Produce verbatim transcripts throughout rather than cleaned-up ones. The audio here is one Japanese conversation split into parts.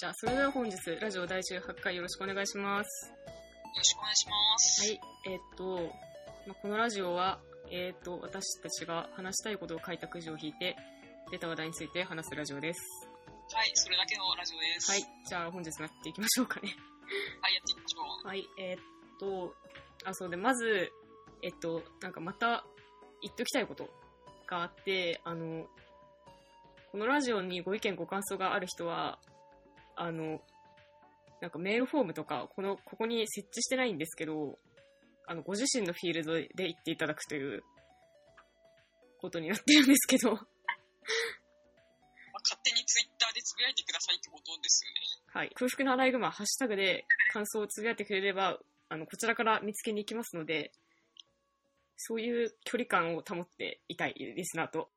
じゃあそれでは本日ラジオだいじゅうはちかいよろしくお願いします。 よろしくお願いします。 はい、えー、っと、まあ、このラジオは、えー、っと私たちが話したいことを書いたくじを引いて出た話題について話すラジオです。 はい、それだけのラジオです。 はい、じゃあ本日もやっていきましょうかね。 はい、やっていきましょう。 はい、えー、っと、あ、そうで、まず、えっと、なんかまた言っておきたいことがあって、あの、このラジオにご意見ご感想がある人は、あの、なんかメールフォームとか、この、ここに設置してないんですけど、あの、ご自身のフィールドで言っていただくということになってるんですけど。まあ、 勝手にツイッターでつぶやいてくださいってことですよね。 はい。空腹のアライグマ、ハッシュタグで感想をつぶやいてくれれば、あの、こちらから見つけに行きますので、そういう距離感を保っていたいリスナーと。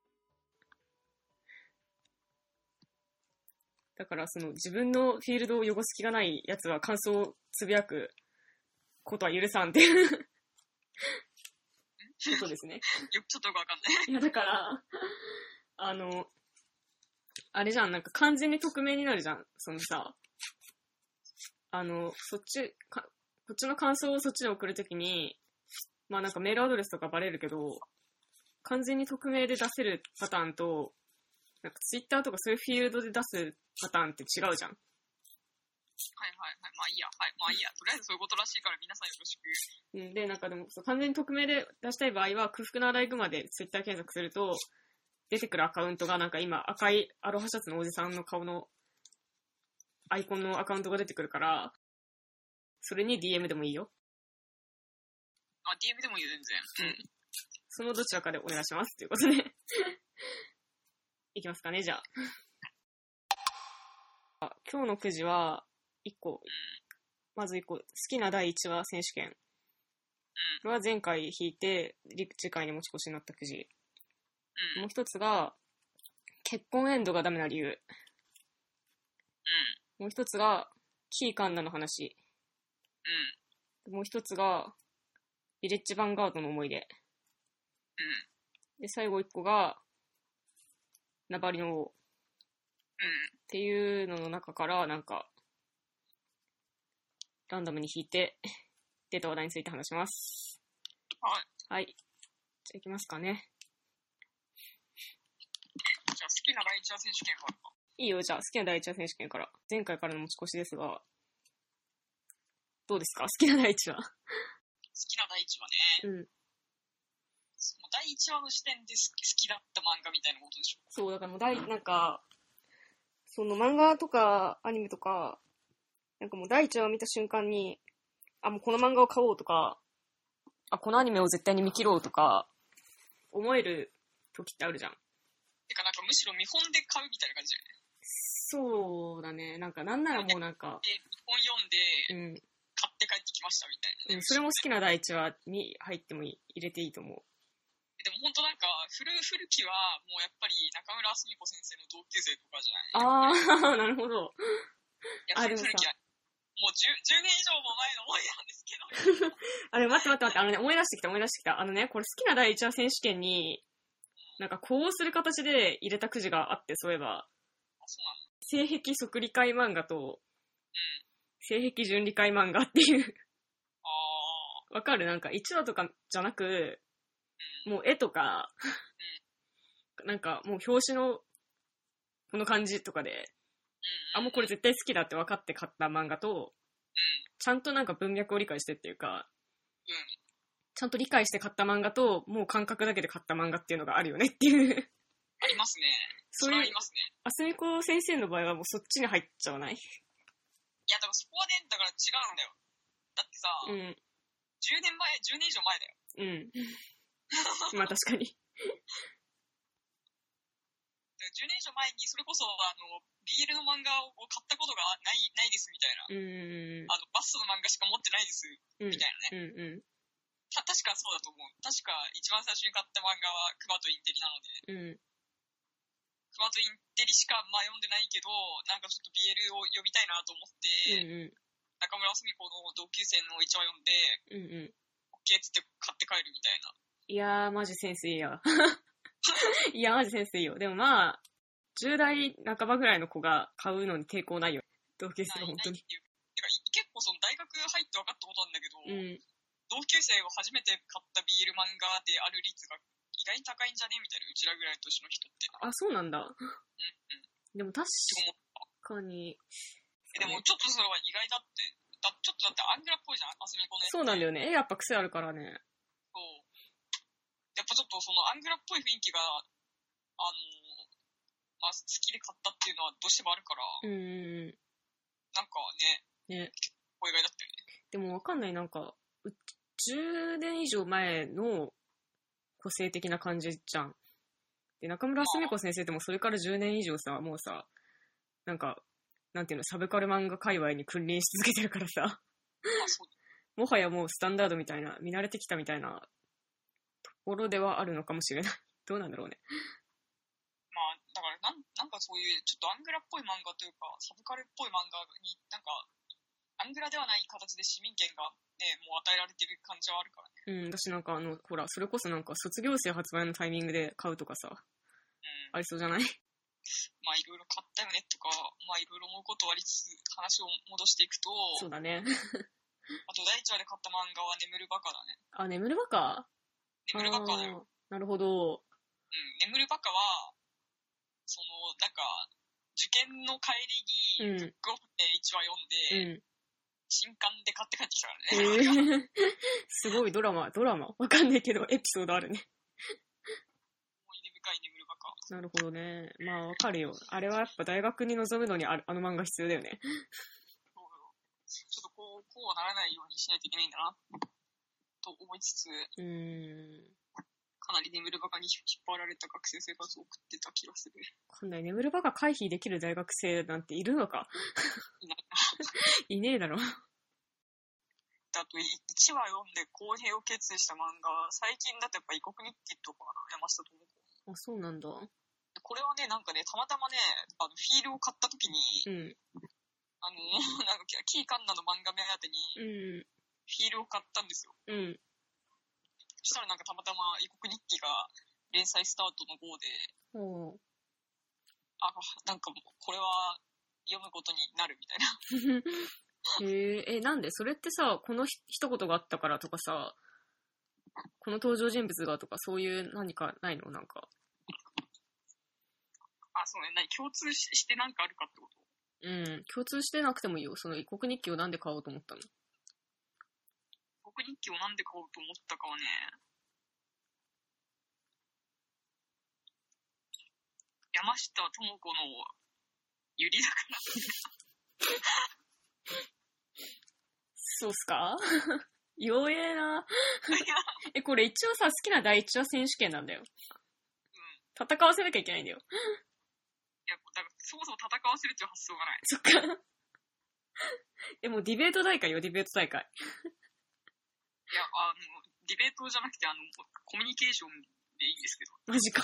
だからその自分のフィールドを汚す気がないやつは感想をつぶやくことは許さんっていうことですね。 よくちょっとよくわかんない。 いやだからあのあれじゃん、なんか完全に匿名になるじゃん。そのさ、あのそっちかこっちの感想をそっちで送るときに、まあなんかメールアドレスとかバレるけど、完全に匿名で出せるパターンと、なんかツイッターとかそういうフィールドで出すパターンって違うじゃん。はいはいはい。まあいいや。はい。まあいいや。とりあえずそういうことらしいから皆さんよろしく。 で、なんかでも完全に匿名で出したい場合は、空腹のアライグマでツイッター検索すると、出てくるアカウントがなんか今赤いアロハシャツのおじさんの顔のアイコンのアカウントが出てくるから、それに ディーエム でもいいよ。 あ、ディーエム でもいいよ、全然。うん。 そのどちらかでお願いしますということで。いきますかね、じゃあ。今日のくじはいっこ、まずいっこ、好きなだいいちわ選手権。これは前回引いて、次回に持ち越しになったくじ。もう一つが、結婚エンドがダメな理由。もう一つが、キーカンナの話。もう一つが、ヴィレッジヴァンガードの思い出。で、最後一個が、ナバリの王。っていうのの中からなんかランダムに引いて出た話題について話します。 はい。 はい。じゃあいきますかね。 じゃあ好きなだいいちわ選手権からか。 いいよ、じゃあ好きなだいいちわ選手権から。前回からの持ち越しですが、どうですか？好きなだいいちわ。好きなだいいちわね。 うん。 そのだいいちわの視点で好きだった漫画みたいなことでしょ？ そう、だからもう第、なんか、その漫画とかアニメとか、なんかもうだいいちわを見た瞬間に、あ、もうこの漫画を買おうとか、あ、このアニメを絶対に見切ろうとか、思える時ってあるじゃん。 てかなんかむしろ見本で買うみたいな感じだよね。 そうだね。なんかなんならもうなんか。 で、見本読んで、うん、買って帰ってきましたみたいな、ね。 うん、それも好きなだいいちわに入ってもいい入れていいと思う。 でも本当なんか古古きはもうやっぱり中村澄子先生の同級生とかじゃない。 ああ、なるほど。 いや古きはもう 10, じゅうねん以上も前の思いなんですけど。 あれ待って待って待って、あのね、思い出してきた思い出してきた。あのね、これ好きなだいいちわ選手権になんかこうする形で入れたくじがあって、そういえば。 あ、そうなの？ 性癖即理解漫画と、うん、性癖準理解漫画っていう。 ああ。わかる？なんかいちわとかじゃなく、もう絵とか、うん、なんかもう表紙のこの感じとかで、うん、あ、もうこれ絶対好きだって分かって買った漫画と、うん、ちゃんとなんか文脈を理解してっていうか、うん、ちゃんと理解して買った漫画と、もう感覚だけで買った漫画っていうのがあるよねっていう。 ありますね。それありますね。 あすみこ先生の場合はもうそっちに入っちゃわない？いや、でもそこはね、だから違うんだよ。だってさ、うん、じゅうねんまえ、じゅうねん以上前だよ。 うん。まあ確かに。じゅうねん以上前にそれこそあの ビーエル の漫画を買ったことがないないですみたいな、うん、あのバストの漫画しか持ってないですみたいなね、うんうんうん、た確かそうだと思う。確か一番最初に買った漫画はクマとインテリなので、うん、クマとインテリしかまあ読んでないけど、なんかちょっと ビーエル を読みたいなと思って、うんうん、中村澄子の同級生のいちわ読んで、うんうん、OK っつって買って帰るみたいな。 いやー、マジセンスいいや。いや、マジセンスいいよ。でもまあ、じゅう代半ばぐらいの子が買うのに抵抗ないよ。 同級生が本当に。 てか結構その大学入って分かったことなんだけど、 うん、 同級生を初めて買ったビール漫画である率が意外に高いんじゃねみたいな、うちらぐらいの年の人って。 あ、そうなんだ。うんうん。でも確かに。 えでもちょっとそれは意外だって。だちょっとだってアングラっぽいじゃん、あすみこね。 そうなんだよね。え、やっぱ癖あるからね。 そう。やっぱちょっとそのアングラっぽい雰囲気が、あのー、まあ、好きで買ったっていうのはどうしてもあるから。 うん。 なんかね。ね。結構意外だったよね。 でもわかんない、なんか、じゅうねん以上前の個性的な感じじゃん。で、中村すみ子先生ってもそれからじゅうねん以上さ、もうさ、なんか、なんていうの、サブカル漫画界隈に君臨し続けてるからさ、もはやもうスタンダードみたいな、見慣れてきたみたいなところではあるのかもしれない。どうなんだろうね。 まあ、だからなん、なんかそういう、ちょっとアングラっぽい漫画というか、サブカルっぽい漫画に、なんか、アングラではない形で市民権がね、もう与えられてる感じはあるからね。 うん、私なんかあの、ほら、それこそなんか卒業生発売のタイミングで買うとかさ、うん、ありそうじゃない？ まあいろいろ買ったよねとか、まあいろいろ思うことはありつつ、話を戻していくと、 そうだね。 あと第一話で買った漫画は眠るバカだね。 あ、眠るバカ？ 眠るバカだよ。 なるほど。 うん、眠るバカは、その、なんか、受験の帰りに、ブックオフでいちわ読んで、うん、新刊で買って帰ってきたからね。 えー、すごいドラマ、ドラマわかんないけど、エピソードあるね。 思い出深い眠るバカ。 なるほどね。まあわかるよ。あれはやっぱ大学に臨むのにあ, あの漫画必要だよね。 そうよ。ちょっとこう、こうはならないようにしないといけないんだな、と思いつつ、うーん。かなり眠るバカに引っ張られた学生生活を送ってた気がする。 わかんない。眠るバカ回避できる大学生なんているのか？ いないな。 いねえだろ。 あといちわ読んで公平を決意した漫画、最近だとやっぱ異国日記とかな、山下智子。 あ、そうなんだ。 これはね、なんかね、たまたまね、あのフィールを買った時に、うん、あの、なんかキーカンナの漫画目当てに、うん、フィールを買ったんですよ。うん。そしたらなんかたまたま異国日記が連載スタートの号で、あ、なんかもうこれは読むことになるみたいな。 へえ、え、なんでそれってさ、この一言があったからとかさ、この登場人物がとかそういう何かないの？なんか。 あ、そうね、何共通して何かあるかってこと？ うん、共通してなくてもいいよ。その異国日記をなんで買おうと思ったの？ 異国日記をなんで買おうと思ったかはね、山下智子のゆりだからそうっすか？弱えな。え、これ一応さ、好きな第一話選手権なんだよ。うん。戦わせなきゃいけないんだよ。いや、だからそもそも戦わせるっていう発想がない。 そっか。でもディベート大会よ、ディベート大会。 いや、あの、ディベートじゃなくて、あの、コミュニケーションでいいんですけど。 マジか。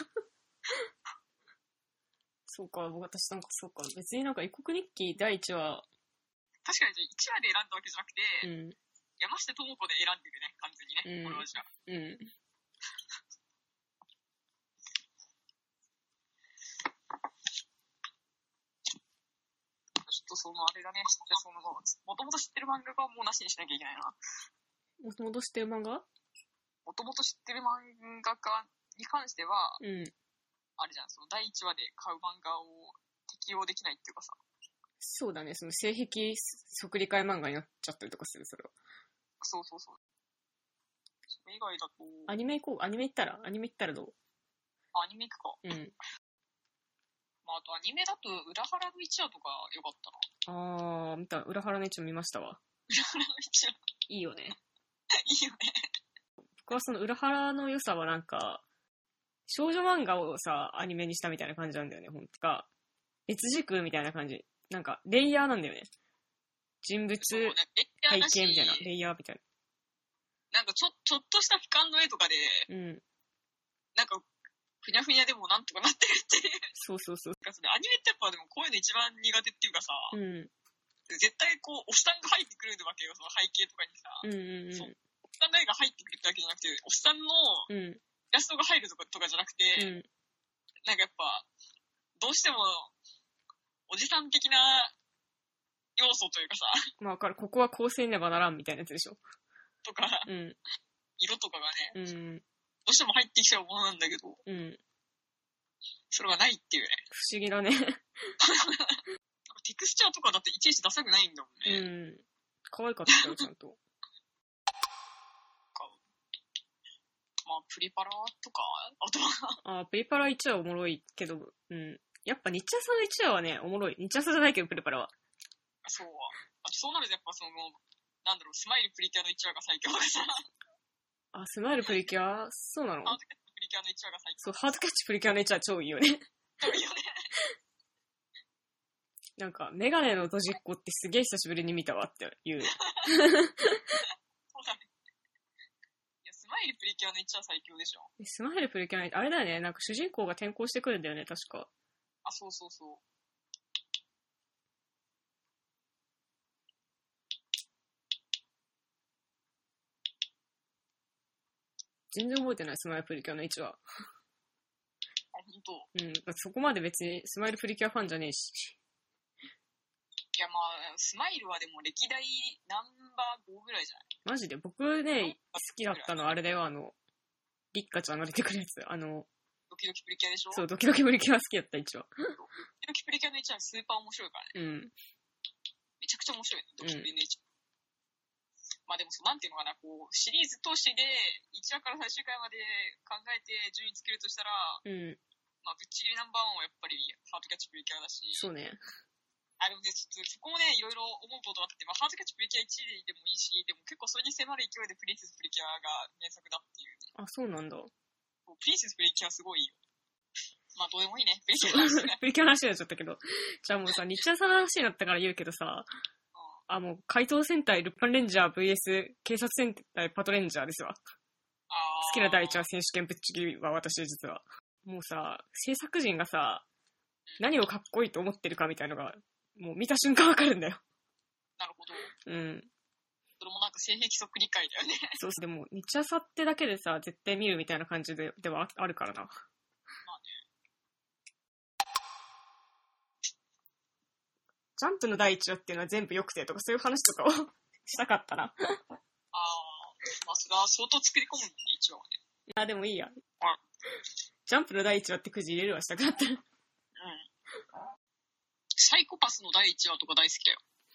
そうか、私なんかそうか。別になんか異国日記第一話。 確かにいちわで選んだわけじゃなくて、うん、山下智子で選んでるね、完全にね、うん、これはじゃあ。うん。ちょっとそのあれだね、じゃその、もともと知ってる漫画がもうなしにしなきゃいけないな。 もともと知ってる漫画？ もともと知ってる漫画家に関しては、うん、あれじゃん、そのだいいちわで買う漫画を適用できないっていうかさ。 そうだね、その性癖即理解漫画になっちゃったりとかする、それは。 そうそうそう。それ以外だと。 アニメ行こう、アニメ行ったら、アニメ行ったらどう？ アニメ行くか。うん。まあ、あとアニメだと、裏腹のいちわとかよかったな。あー、見た、裏腹のいちわ見ましたわ。 裏腹のいちわいいよね。 いいよね。 僕はその裏腹の良さはなんか、少女漫画をさ、アニメにしたみたいな感じなんだよね、ほんとか。別軸みたいな感じ。なんか、レイヤーなんだよね。人物、背景みたいな、レイヤーみたいな。なんかちょ、ちょっとした俯瞰の絵とかで、うん。なんか、ふにゃふにゃでもなんとかなってるっていう。 そうそうそう。 なんかそれアニメってやっぱでもこういうの一番苦手っていうかさ、うん。絶対こう、おっさんが入ってくるわけよ、その背景とかにさ。うんうんうん。そう。おっさんの絵が入ってくるだけじゃなくて、おっさんのイラストが入るとか、とかじゃなくて、うん、なんかやっぱ、どうしても、おじさん的な素というかさ。 まあ、からここはこうせねばならんみたいなやつでしょ。 とか、 うん、 色とかがね、 うん、 どうしても入ってきちゃうものなんだけど、 うん、 それがないっていうね。 不思議だね。 テクスチャーとかだっていちいちダサくないんだもんね。 うん。可愛かったよ、ちゃんと。 まあ、プリパラとか、あとは。あ、プリパラいちわおもろいけど、うん。やっぱ日朝のいちわはね、おもろい。日朝じゃないけど、プリパラは。 そう。あとそうなるとやっぱその、なんだろう、スマイルプリキュアのいちわが最強ださ。 あ、スマイルプリキュアそうなの？ ハートキャッチプリキュアのいちわが最強。 そう、ハートキャッチプリキュアのいちわ超いいよね。 超いいよね。 なんか、メガネのドジっ子ってすげえ久しぶりに見たわっていう。 そうだね。いや、スマイルプリキュアのいちわ最強でしょ。 スマイルプリキュアのあれだよね、なんか主人公が転校してくるんだよね、確か。 あ、そうそうそう。 全然覚えてない、スマイルプリキュアのいちわ。あ、 本当。 うん、そこまで別にスマイルプリキュアファンじゃねえし。 いや、まあ、スマイルはでも歴代ナンバーごぐらいじゃない？ マジで僕ね、好きだったのあれだよ、あの、リッカちゃんが出てくるやつ。あの、 ドキドキプリキュアでしょ？ そう、ドキドキプリキュア好きだった、一応。 ドキドキプリキュアのいちわスーパー面白いからね。 うん。 めちゃくちゃ面白いね、ドキプリのいちわ。うん、まあでもそう、なんていうのかな、こう、シリーズ通してで、いちわから最終回まで考えて順位つけるとしたら、 うん。 まあ、ぶっちぎりナンバーワンはやっぱりハートキャッチプリキュアだし。 そうね。 あ、でもね、ちょっとそこもね、いろいろ思うことがあって、まあ、ハートキャッチプリキュアいちいでもいいし、でも結構それに迫る勢いでプリンセスプリキュアが名作だっていう、ね。 あ、そうなんだ。 プリンセスプリキュアすごいよ。まあ、どうでもいいね。プリキュアの話ね。 プリキュアの話になっちゃったけど。じゃあもうさ、日朝の話になったから言うけどさ、あ、もう、怪盗戦隊ルパンレンジャー ブイエス 警察戦隊パトレンジャーですわ。 あ好きな第一話選手権ぶっちぎりは私実は。もうさ、制作陣がさ、何をかっこいいと思ってるかみたいのが、もう見た瞬間わかるんだよ。 なるほど。 うん。 それもなんか性癖即理解だよね。 そうでも、日朝ってだけでさ、絶対見るみたいな感じでではあるからな。まあね。ジャンプの第一話っていうのは全部良くてとかそういう話とかをしたかったな。ああ、 まあそれは相当作り込むんだね、一話はね。 あ、でもいいや。 あ、 ジャンプの第一話ってくじ入れるわしたかった。うん。 サイコパスの第一話とか大好きだよ。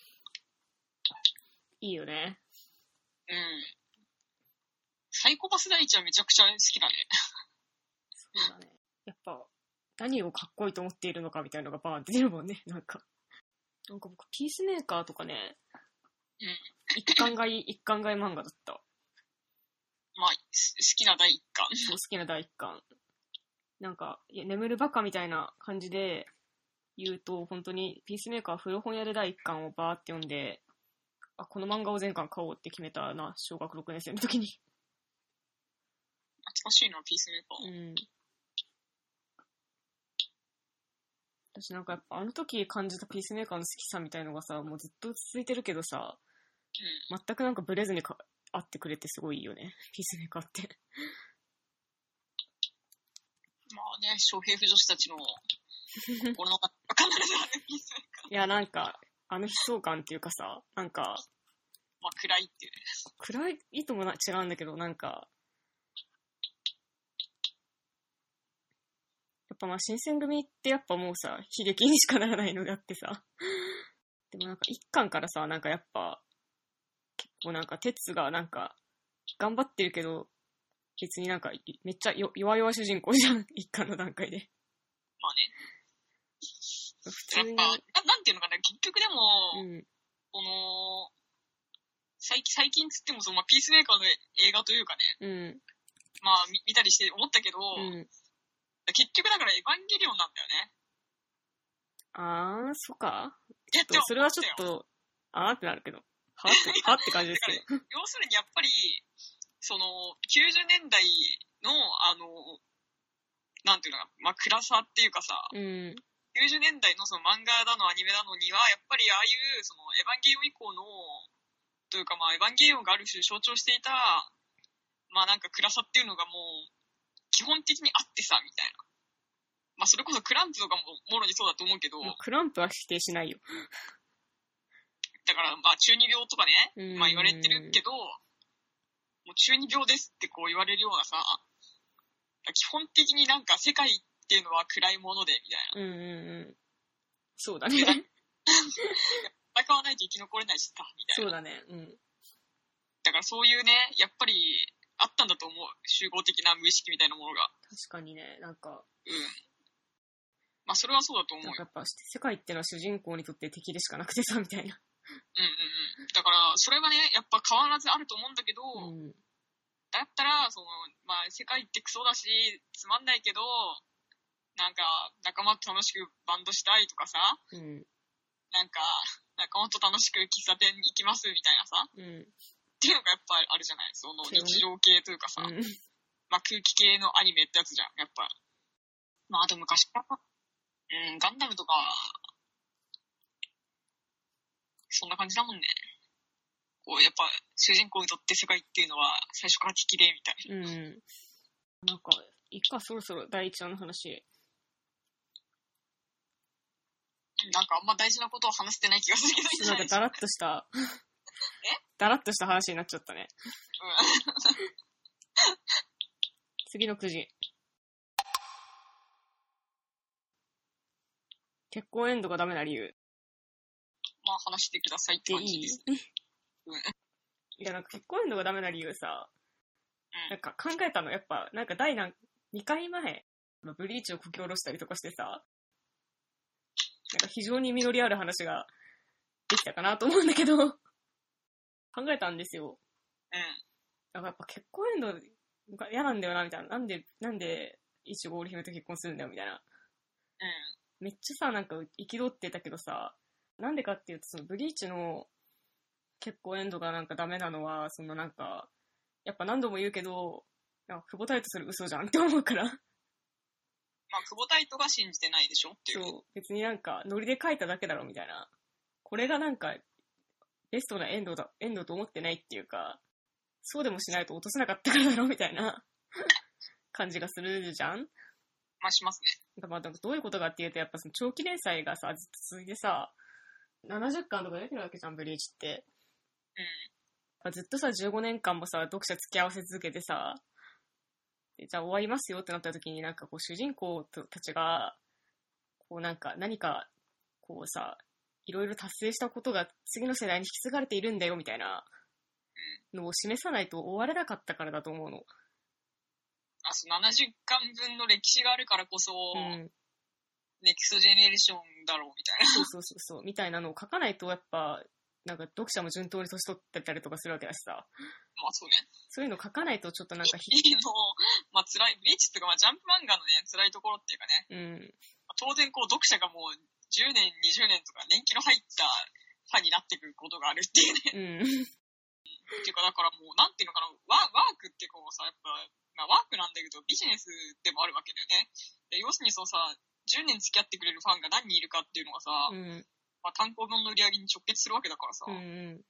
いいよね。 うん。サイコパス第一話めちゃくちゃ好きだね。 そうだね。やっぱ、何をかっこいいと思っているのかみたいなのがバーンって出るもんね、なんか。なんか僕、ピースメーカーとかね、 うん。 一巻買い、一巻買い漫画だった。 まあ、好きな第一巻。 そう、好きな第一巻。なんか、いや眠るバカみたいな感じで言うと、本当にピースメーカー古本屋で第一巻をバーって読んで、あ、この漫画を全巻買おうって決めたな、小学ろくねん生の時に。 懐かしいな、ピースメーカー。 うん。私なんかやっぱあの時感じたピースメーカーの好きさみたいのがさ、もうずっと続いてるけどさ、うん、全くなんかブレずにか会ってくれてすごいいいよね、ピースメーカーって。 まあね、翔平婦女子たちの心の中必ずあるピースメーカー。 いや、なんか、あの悲壮感っていうかさ、なんか、 まあ暗いっていうね。 暗いともな違うんだけど、なんか、やっぱまあ新選組ってやっぱもうさ、悲劇にしかならないのがあってさ。でもなんか一巻からさ、なんかやっぱ、結構なんか鉄がなんか、頑張ってるけど、別になんかめっちゃよ弱々主人公じゃん、一巻の段階で。 まあね。普通に。やっぱ、な、なんていうのかな、結局でも、うん、この、最近、最近つってもその、まあ、ピースメーカーの映画というかね、うん、まあ見、見たりして思ったけど、うん、結局だからエヴァンゲリオンなんだよね。 あー、そっか。ちょっとそれはちょっと、あーってなるけど。はって、はって感じですけど。 要するにやっぱり、その、きゅうじゅうねんだいの、あの、なんていうのか、まあ、暗さっていうかさ、うん、きゅうじゅうねんだいのその漫画だのアニメだのには、やっぱりああいう、その、エヴァンゲリオン以降の、というかまあ、エヴァンゲリオンがある種象徴していた、まあなんか暗さっていうのがもう、基本的にあってさ、みたいな。まあそれこそクランプとかももろにそうだと思うけど。 クランプは否定しないよ。 だから、まあ、中二病とかね、まあ言われてるけど、もう中二病ですってこう言われるようなさ、基本的になんか世界っていうのは暗いもので、みたいな。 うんうんうん。そうだね。 戦わないと生き残れないしさ、みたいな。 そうだね。うん。 だからそういうね、やっぱり、あったんだと思う。集合的な無意識みたいなものが。 確かにね、なんか。 うん。まあそれはそうだと思うよ。 なんかやっぱ世界ってのは主人公にとって敵でしかなくてさ、みたいな。 うんうんうん。だから、それはね、やっぱ変わらずあると思うんだけど、うん、だったら、その、まあ世界ってクソだし、つまんないけど、なんか仲間と楽しくバンドしたいとかさ、うん、なんか仲間と楽しく喫茶店行きますみたいなさ、うん、っていうのがやっぱあるじゃない。その日常系というかさ、うん、まあ空気系のアニメってやつじゃん、やっぱ。まああと昔から、うん、ガンダムとか、そんな感じだもんね。こうやっぱ主人公にとって世界っていうのは最初から敵でみたいな。うん。 なんかいっかそろそろ第一話の話。 なんかあんま大事なことを話してない気がするけど。 なんかダラッとしたえ？ダラッとした話になっちゃったね。うん。次のくじ。結婚エンドがダメな理由。 まあ話してくださいって感じです。いい？うん。 いやなんか結婚エンドがダメな理由さ、うん、なんか考えたのやっぱなんか第何にかいまえブリーチをこき下ろしたりとかしてさ、なんか非常に実りある話ができたかなと思うんだけど考えたんですよ。うん。だからやっぱ結婚エンドが嫌なんだよなみたいな。なんでなんでいちご織姫と結婚するんだよみたいな。うん。めっちゃさなんか憤ってたけどさ、なんでかっていうとそのブリーチの結婚エンドがなんかダメなのはそのなんかやっぱ何度も言うけどなんか久保タイトそれ嘘じゃんって思うから。まあ久保タイトが信じてないでしょっていう。 そう別になんかノリで書いただけだろみたいな。これがなんかベストなエンドだエンドと思ってないっていうか、そうでもしないと落とせなかったからだろみたいな感じがするじゃん。 まあしますね。 だからどういうことかっていうとやっぱその長期連載がさずっと続いてさななじゅっかんとか出てるわけじゃんブリーチって。うん、ずっとさじゅうごねんかんもさ読者付き合わせ続けてさ、でじゃあ終わりますよってなった時になんかこう主人公たちがこうなんか何かこうさいろいろ達成したことが次の世代に引き継がれているんだよみたいなのを示さないと終われなかったからだと思うの。 あ、そうななじゅっかんぶんの歴史があるからこそ、うん、ネクストジェネレーションだろうみたいな。 そうそうそうそうみたいなのを書かないとやっぱなんか読者も順当に年取ってたりとかするわけだしさ。 まあそうね。 そういうの書かないとちょっとなんかひのまあ辛いブリーチっていうかまあジャンプ漫画のね辛いところっていうかね。うん。まあ、当然こう読者がもうじゅうねんにじゅうねんとか年季の入ったファンになってくることがあるっていうね。うん。っていうかだからもうなんていうのかなワワークってこうさやっぱまあワークなんだけどビジネスでもあるわけだよね。で要するにそうさじゅうねん付き合ってくれるファンが何人いるかっていうのがさ。うん。まあ、単行本の売り上げに直結するわけだからさ、うんうん、もう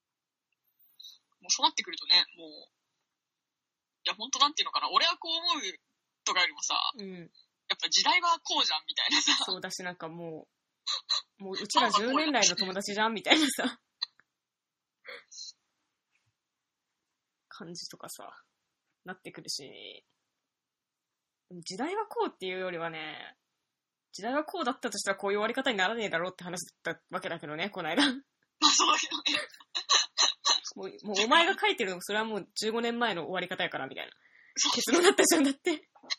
そうなってくるとね、もう、いや、ほんとなんていうのかな、俺はこう思うとかよりもさ、うん、やっぱ時代はこうじゃんみたいなさ。 そうだし、なんかもう、もううちらじゅうねん来の友達じゃんみたいなさ、感じとかさ、なってくるし、時代はこうっていうよりはね、時代はこうだったとしたらこういう終わり方にならねえだろうって話だったわけだけどね、この間。まあそうだけどね。 もう、もうお前が書いてるのそれはもうじゅうごねんまえの終わり方やからみたいな。結論だったじゃんだって。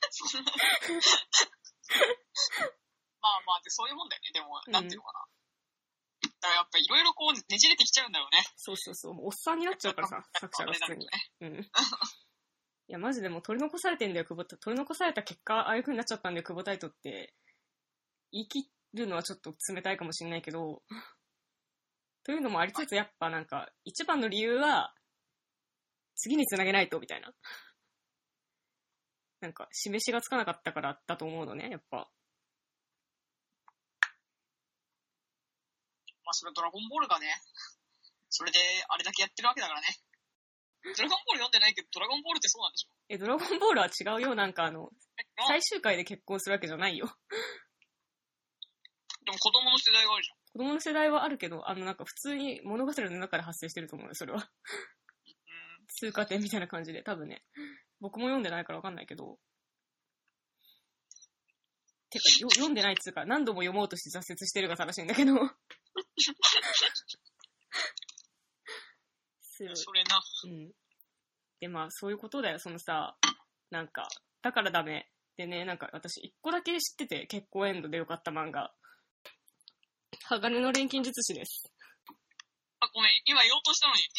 まあまあ、そういうもんだよね、でも、うん、なんていうのかな。だからやっぱいろいろこうねじれてきちゃうんだよね。 そうそうそう、もうおっさんになっちゃうからさ、作者が普通に。うん。いや、マジでもう取り残されてんだよ、久保。取り残された結果、ああいう風になっちゃったんだよ、久保タイトって。言い切るのはちょっと冷たいかもしれないけど、というのもありつつやっぱなんか一番の理由は次につなげないとみたいな、なんか示しがつかなかったからだと思うのね、やっぱ。 まあそれドラゴンボールがね、それであれだけやってるわけだからね。ドラゴンボール読んでないけどドラゴンボールってそうなんでしょ。 え、ドラゴンボールは違うよ。なんかあの最終回で結婚するわけじゃないよ。 でも子供の世代があるじゃん。 子供の世代はあるけど、あのなんか普通に物語の中で発生してると思うよ、それは。通過点みたいな感じで、多分ね。僕も読んでないからわかんないけど。てか、よ読んでないっつうか、何度も読もうとして挫折してるが正しいんだけど。 それな。 うん。で、まあ、そういうことだよ、そのさ、なんか、だからダメ。でね、なんか私一個だけ知ってて、結構エンドでよかった漫画。鋼の錬金術師です。 あ、ごめん、今言おうとしたのに。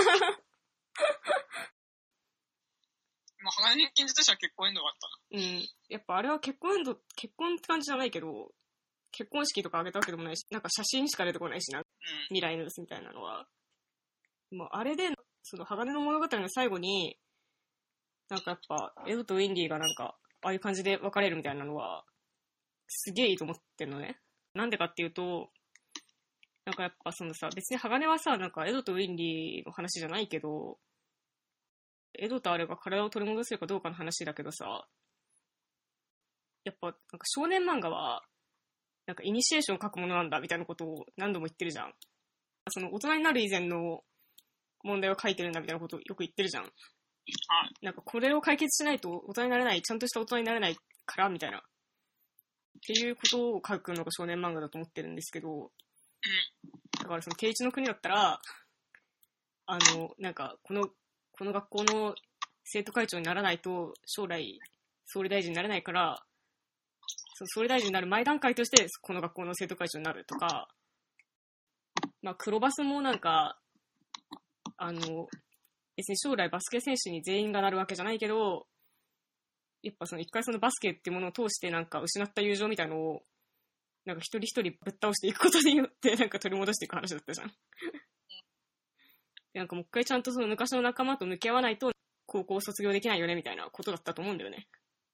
今、鋼の錬金術師は結婚エンドがあったな。うん。やっぱあれは結婚エンド、結婚って感じじゃないけど、結婚式とかあげたわけでもないし、なんか写真しか出てこないしな。うん、未来のですみたいなのは。もうあれで、その鋼の物語の最後に、なんかやっぱ、エドとウィンディがなんか、ああいう感じで別れるみたいなのは、すげえいいと思ってんのね。なんでかっていうと、なんかやっぱそのさ、別に鋼はさ、なんかエドとウィンディの話じゃないけど、エドとあれが体を取り戻せるかどうかの話だけどさ、やっぱなんか少年漫画は、なんかイニシエーションを書くものなんだみたいなことを何度も言ってるじゃん。その大人になる以前の問題を書いてるんだみたいなことをよく言ってるじゃん。なんかこれを解決しないと大人になれない、ちゃんとした大人になれないからみたいな。っていうことを書くのが少年漫画だと思ってるんですけど、だからその定一の国だったら、あの、なんかこの、この学校の生徒会長にならないと将来総理大臣になれないから、その総理大臣になる前段階としてこの学校の生徒会長になるとか、まあ黒バスもなんか、あの、別に将来バスケ選手に全員がなるわけじゃないけど、やっぱその一回そのバスケっていうものを通してなんか失った友情みたいのをなんか一人一人ぶっ倒していくことによってなんか取り戻していく話だったじゃん。でなんかもう一回ちゃんとその昔の仲間と向き合わないと高校を卒業できないよねみたいなことだったと思うんだよね。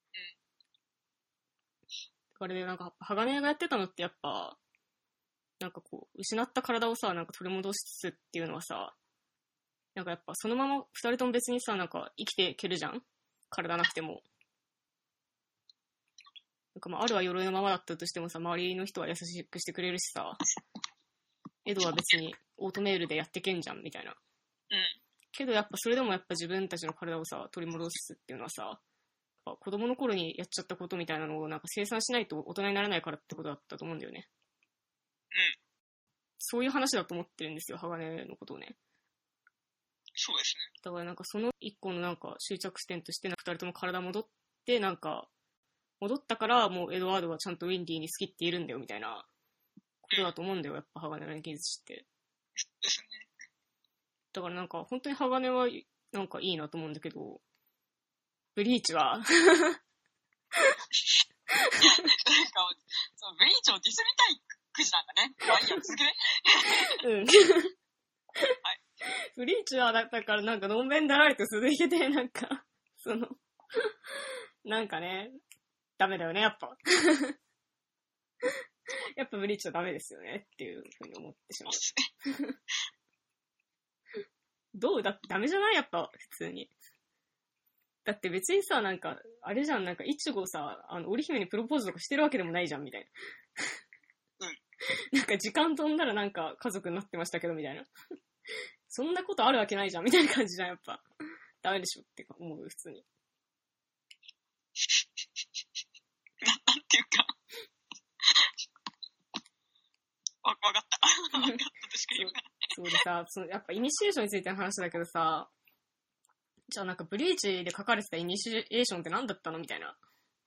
あれでなんか鋼がやってたのってやっぱなんかこう失った体をさなんか取り戻すっていうのはさ、なんかやっぱそのまま二人とも別にさなんか生きていけるじゃん、体なくても。なんかまああるは鎧のままだったとしてもさ、周りの人は優しくしてくれるしさ、エドは別にオートメールでやってけんじゃんみたいな。 うん。 けどやっぱそれでもやっぱ自分たちの体をさ取り戻すっていうのはさ、子供の頃にやっちゃったことみたいなのをなんか清算しないと大人になれないからってことだったと思うんだよね。 うん。 そういう話だと思ってるんですよ、鋼のことをね。 そうですね。 だからなんかその一個のなんか終着地点として二人とも体戻ってなんか戻ったからもうエドワードはちゃんとウィンディに好きって言えるんだよみたいなことだと思うんだよ、やっぱ鋼の錬金術師って。 ですね。 だからなんか本当に鋼はなんかいいなと思うんだけど、ブリーチはなんかそのブリーチをディスりたいくじなんだね。まあいいよ、続けて。 うん。はい。ブリーチはだからなんかのんべんだらりと続いててなんかそのなんかねダメだよねやっぱ。やっぱブリーチはダメですよねっていうふうに思ってしまう。どうだってダメじゃないやっぱ普通に。だって別にさなんかあれじゃん、なんかイチゴさあの織姫にプロポーズとかしてるわけでもないじゃんみたいな。うん。なんか時間飛んだらなんか家族になってましたけどみたいな。そんなことあるわけないじゃんみたいな感じじゃんやっぱ。ダメでしょって思う普通に。 なんていうか。わ、わかった。わかったとしか言うから。 そうでさ、そのやっぱイニシエーションについての話だけどさ、じゃあなんかブリーチで書かれてたイニシエーションって何だったのみたいな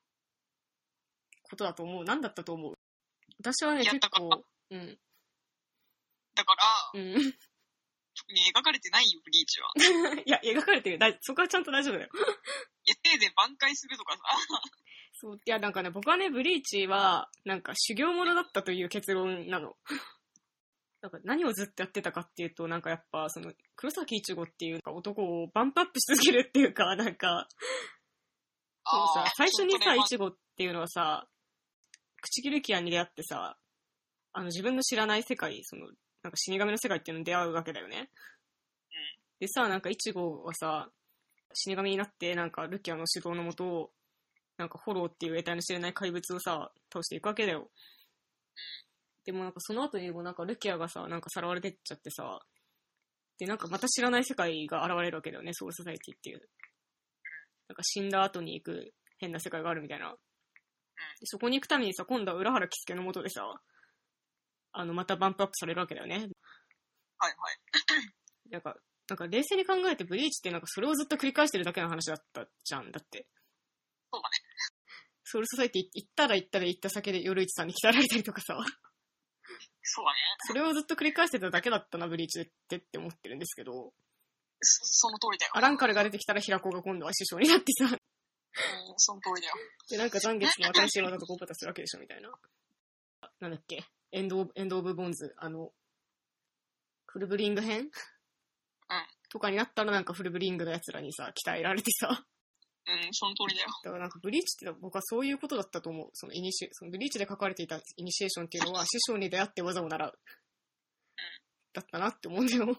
ことだと思う。何だったと思う。私はね結構、うん。 だから、 うん。 描かれてないよブリーチは。 いや描かれてる。だそこはちゃんと大丈夫だよ。 いや手で挽回するとかさ。 そういやなんかね僕はねブリーチはなんか修行者だったという結論なの。なんか何をずっとやってたかっていうとなんかやっぱその黒崎一護っていう男をバンプアップし続けるっていうかなんかそうさ最初にさ一護っていうのはさ口切キアに出会ってさあの自分の知らない世界そのなんか死神の世界っていうのに出会うわけだよね。 うん、 でさなんか一護はさ死神になってなんかルキアの指導のもとなんかフォローっていう得体の知れない怪物をさ倒していくわけだよ。 でもなんかその後にもなんかルキアがさ、なんかさらわれてっちゃってさ、で、なんかまた知らない世界が現れるわけだよね、ソウルソサイティっていう。なんか死んだ後に行く変な世界があるみたいな。でそこに行くためにさ、今度は浦原喜助の下でさ、あの、またバンプアップされるわけだよね。 はいはい。 なんか、なんか冷静に考えてブリーチってなんかそれをずっと繰り返してるだけの話だったじゃん、だって。 そうだね。 ソウルソサイティ行ったら行ったら行った先で夜市さんに鍛えられたりとかさ。 そうだね。 それをずっと繰り返してただけだったな、ブリーチってって思ってるんですけど。 そ, その通りだよ。 アランカルが出てきたら平子が今度は師匠になってさ。 うん、その通りだよ。 で、なんか残月の新しい技とコンパタするわけでしょ、みたいな。なんだっけ、エンドオブ、エンドオブボンズ、あの、フルブリング編、うん、とかになったらなんかフルブリングの奴らにさ、鍛えられてさ。 うん、その通りだよ。 だからなんかブリーチって僕はそういうことだったと思う。そのイニシそのブリーチで書かれていたイニシエーションっていうのは師匠に出会って技を習う。うん、だったなって思うんだよ。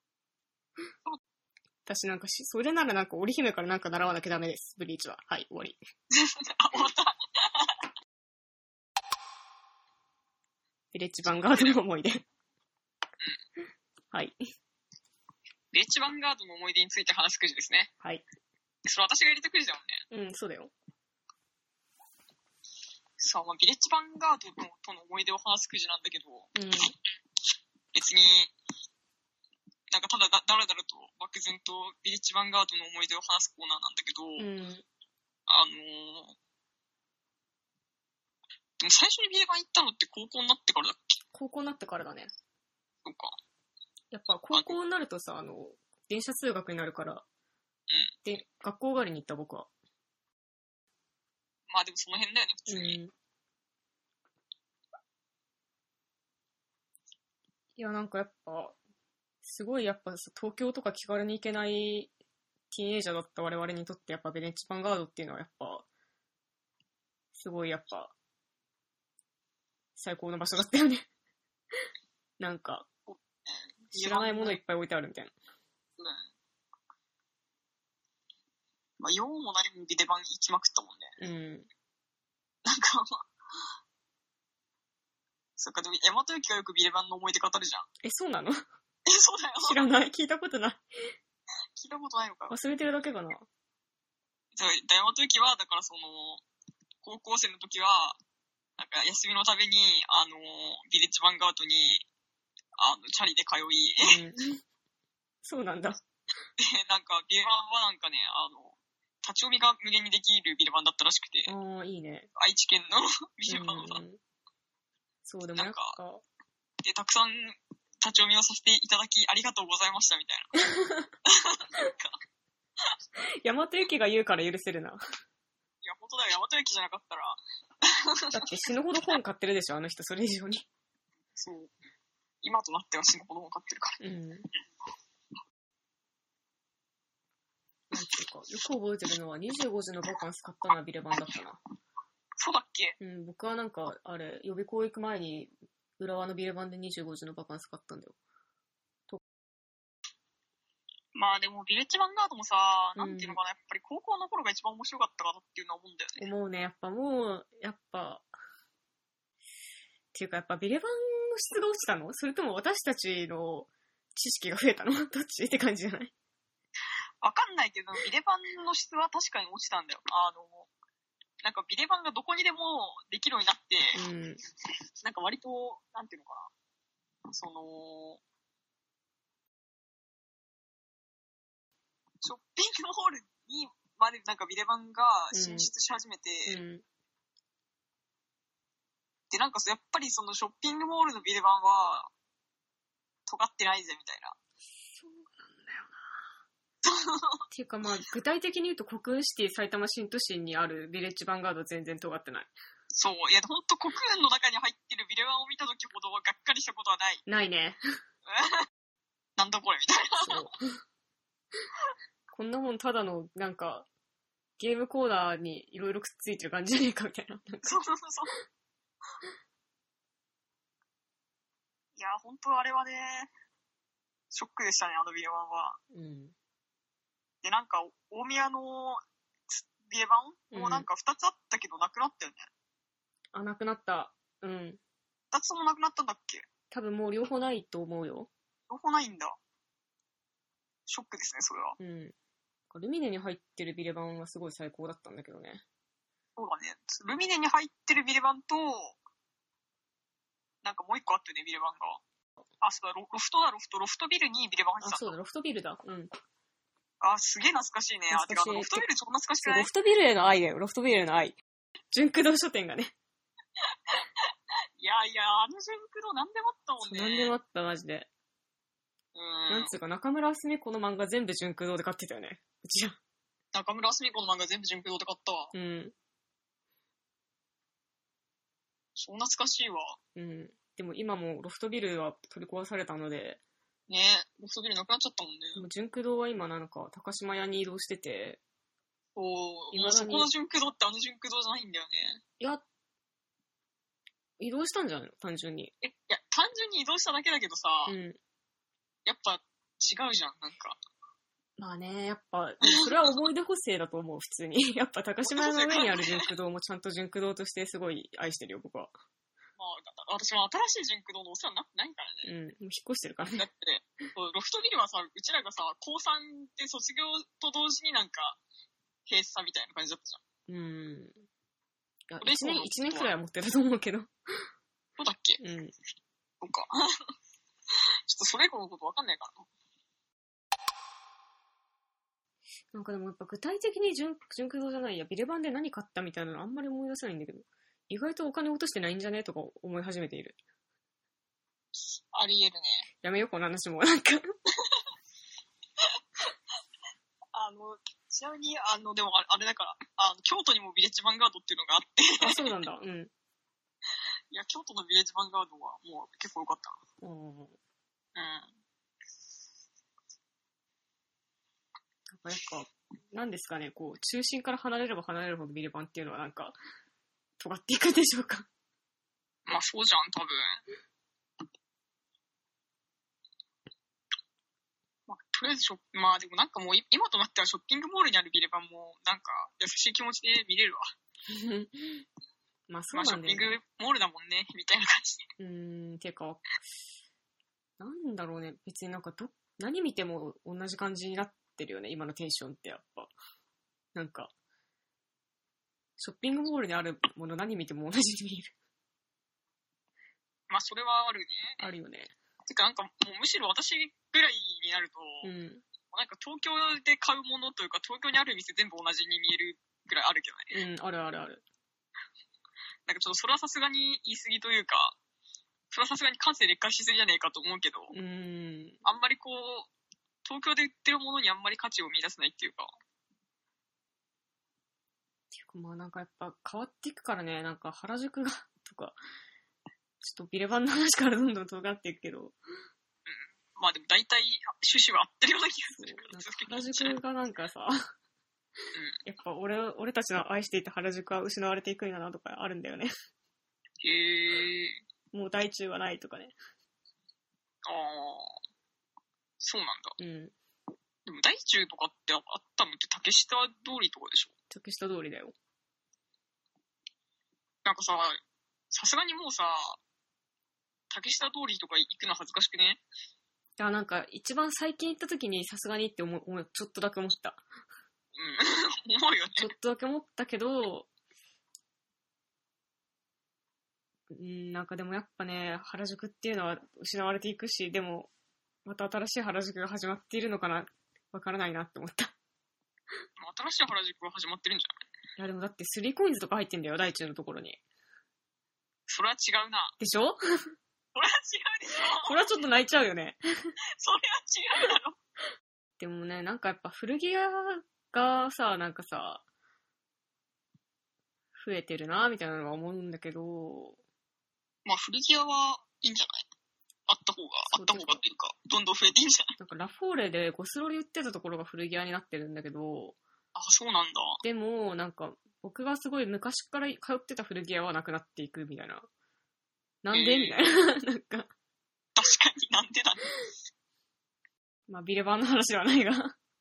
私なんかし、それならなんか織姫からなんか習わなきゃダメです、ブリーチは。はい、終わり。 あ、終わった。 ビレッジヴァンガードの思い出。はい。 ビレッジヴァンガードの思い出について話すくじですね。 はい。 それ私が入れたくじだもんね。うん、そうだよ。 さあ、まあ、ビレッジヴァンガードのとの思い出を話すくじなんだけど、 うん、 別に、なんかただだだらだらと漠然とビレッジヴァンガードの思い出を話すコーナーなんだけど、 うん、 あのー、でも最初にビレバン行ったのって高校になってからだっけ？ 高校になってからだね。 そうか。 やっぱ高校になるとさ、あの、電車通学になるから、うん。で、学校帰りに行った僕は。 まあでもその辺だよね、普通に。うん、 いや、なんかやっぱ、すごいやっぱ東京とか気軽に行けないティーンエイジャーだった我々にとってやっぱビレッジヴァンガードっていうのはやっぱ、すごいやっぱ、最高の場所だったよね。なんか、知らないものいっぱい置いてあるみたいな。 うん。まあ、用も何もビレバン行きまくったもんね。うん。なんか、そっか、でも、大和駅がよくビレバンの思い出語るじゃん。 え、そうなの？ え、そうだよ。 知らない。聞いたことない。 聞いたことないのか。 忘れてるだけかな。 大和駅は、だからその、高校生の時は、なんか休みのたびに、あの、ビレッジヴァンガードに、あの、チャリで通い、 うん、そうなんだ。 で、なんか、ビレバンはなんかね、あの、立ち読みが無限にできるビレバンだったらしくて。 ああ、いいね。 愛知県のビレバンは。 うん、そうでもなんか、 で、たくさん立ち読みをさせていただきありがとうございましたみたいな。 大和駅が言うから許せるな。 いや、本当だよ、大和駅じゃなかったら。 だって死ぬほど本買ってるでしょ、あの人、それ以上に。 そう。今となっては死ぬほど本買ってるから。 うん。なんていうか、よく覚えてるのはにじゅうごじのバカンス買ったのはビレバンだったな。 そうだっけ？ うん、僕はなんか、あれ、予備校行く前に、浦和のビレバンでにじゅうごじのバカンス買ったんだよ。とまあでも、ビレッジヴァンガードもさ、なんていうのかな、うん、やっぱり高校の頃が一番面白かったかなっていうのは思うんだよね。 思うね、やっぱもう、やっぱ、っていうかやっぱビレバンの質が落ちたの？それとも私たちの知識が増えたの？どっちって感じじゃない？ わかんないけど、ビレバンの質は確かに落ちたんだよ。あの、なんかビレバンがどこにでもできるようになって、うん、なんか割と、なんていうのかな、その、ショッピングモールにまでなんかビレバンが進出し始めて、うんうん、で、なんかやっぱりそのショッピングモールのビレバンは、尖ってないぜみたいな。 そうなんだよな。っていうかまあ、具体的に言うと国運シティ埼玉新都心にあるビレッジヴァンガード全然尖ってない。 そう。いや、ほんと国運の中に入ってるビレバンを見た時ほどがっかりしたことはない。 ないね。 なんだこれみたいな。そう。 こんなもんただの、なんか、ゲームコーナーにいろいろくっついてる感じじゃねえかみたいな。 そうそうそう。いや、ほんとあれはね、ショックでしたね、あのビレバンは。うん。で、なんか、大宮のビレバンもなんかふたつあったけどなくなったよね。 うん、あ、なくなった。うん。 確二つともなくなったんだっけ？ 多分もう両方ないと思うよ。 両方ないんだ。ショックですね、それは。 うん。ルミネに入ってるビレバンはすごい最高だったんだけどね。 そうだね。ルミネに入ってるビレバンと、なんかもう一個あったよね、ビレバンが。あ、そうだ、ロフトだ、ロフト。ロフトビルにビレバン入ってた。 あ、そうだ、ロフトビルだ。うん。 あ、すげえ懐かしいね。あ、てか、ロフトビル超懐かしくない？ ロフトビルへの愛だよ、ロフトビルへの愛。純駆動書店がね。 いやいや、あの純駆動なんでもあったもんね。 なんでもあった、マジで。うん。なんつうか、中村すみ子の漫画全部純駆動で買ってたよね。うちは。 中村すみ子の漫画全部純駆動で買ったわ。 うん。 超懐かしいわ。 うん。でも今もロフトビルは取り壊されたので。 ねえ、ロフトビルなくなっちゃったもんね。 でも純駆動は今なんか高島屋に移動してて。 おー、もうそこの純駆動ってあの純駆動じゃないんだよね。 いや、移動したんじゃないの単純に。 え、いや、単純に移動しただけだけどさ、 うん。 やっぱ違うじゃん、なんか。 まあね、やっぱ、それは思い出補正だと思う、普通に。やっぱ高島屋の上にある純駆動もちゃんと純駆動としてすごい愛してるよ、僕は。 まあ、私も新しい純駆動のお世話になってないからね。 うん、もう引っ越してるからね。 だって、ロフトビルはさ、うちらがさ、高さんで卒業と同時になんか、閉鎖みたいな感じだったじゃん。うん。いや、一年、一年くらいは持ってたと思うけど。 そうだっけ？うん。そうか。ちょっとそれ以降のことわかんないからな。 なんかでもやっぱ具体的に純駆動じゃないや、ビレバンで何買ったみたいなのあんまり思い出せないんだけど、意外とお金落としてないんじゃねとか思い始めている。 ありえるね。 やめよう、この話も。なんか。 あの、ちなみに、あの、でもあれだから、あの、京都にもビレッジヴァンガードっていうのがあって。 あ、そうなんだ。うん。 いや、京都のビレッジヴァンガードはもう結構良かったな。うん。うん。 やっぱ、なんですかね、こう、中心から離れれば離れるほどビレバンっていうのはなんか、尖っていくんでしょうか。 まあ、そうじゃん、多分。まあ、とりあえずショッ、まあでもなんかもう今となってはショッピングモールにあるビレバンもなんか優しい気持ちで見れるわ。 まあそうなんだよね。 まあショッピングモールだもんね、みたいな感じで。うーん、てか、なんだろうね、別になんかど、何見ても同じ感じになってるよね、今のテンションってやっぱ。なんか、ショッピングモールにあるもの何見ても同じに見える。 まあそれはあるね。 あるよね。 てかなんかもうむしろ私ぐらいになると、うん、なんか東京で買うものというか東京にある店全部同じに見えるぐらいあるけどね。うん、あるあるある。 なんかちょっとそれはさすがに言い過ぎというか、それはさすがに感性劣化しすぎじゃねえかと思うけど、うん、あんまりこう、東京で売ってるものにあんまり価値を見出せないっていうか。 っていうかまあなんかやっぱ変わっていくからね、なんか原宿がとか、ちょっとビレバンの話からどんどん尖っていくけど。うん。 まあでも大体趣旨は合ってるような気がするから。 原宿がなんかさ、うん、やっぱ俺、俺たちの愛していた原宿は失われていくんだなとかあるんだよね。 へー。 もう大中はないとかね。 ああ、そうなんだ。 うん。 でも大中とかってあったのって竹下通りとかでしょ？ 竹下通りだよ。 なんかさ、さすがにもうさ、竹下通りとか行くの恥ずかしくね？ いや、なんか一番最近行った時にさすがにって思う、ちょっとだけ思った。 うん、思うよね。 ちょっとだけ思ったけど、うん、なんかでもやっぱね、原宿っていうのは失われていくし、でも、また新しい原宿が始まっているのかな、わからないなって思った。 新しい原宿が始まってるんじゃない？ いやでもだってスリーコインズとか入ってんだよ、大中のところに。 それは違うな。 でしょ？ それは違うでしょ。 これはちょっと泣いちゃうよね。 それは違うだろ。 でもね、なんかやっぱ古着屋がさ、なんかさ、増えてるなみたいなのは思うんだけど。 まあ古着屋はいいんじゃない？あった方が、あった方がっていうか、どんどん増えていいんじゃない？ なんかラフォーレでゴスロリ売ってたところが古着屋になってるんだけど。 あ、そうなんだ。 でも、なんか、僕がすごい昔から通ってた古着屋はなくなっていくみたいな。なんで、えー、みたいな。なんか。確かになんでだね。 まあ、ビレバンの話ではないが。ど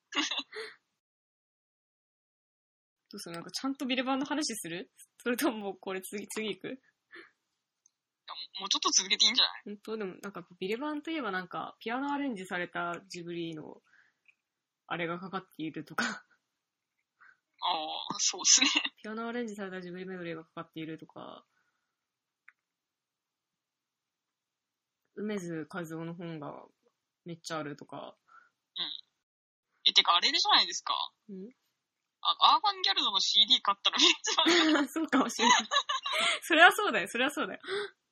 うする？なんかちゃんとビレバンの話する？それとももうこれ次、次行く？ もうちょっと続けていいんじゃない？ 本当でもなんかビレバンといえばなんかピアノアレンジされたジブリのあれがかかっているとかああ、そうですね。 ピアノアレンジされたジブリメドレーがかかっているとか、梅津和夫の本がめっちゃあるとか。 うん。え、てかあれじゃないですか。 ん？ あ、アーバンギャルドの シーディー 買ったらめっちゃそうかもしれない。それはそうだよ、それはそうだよ。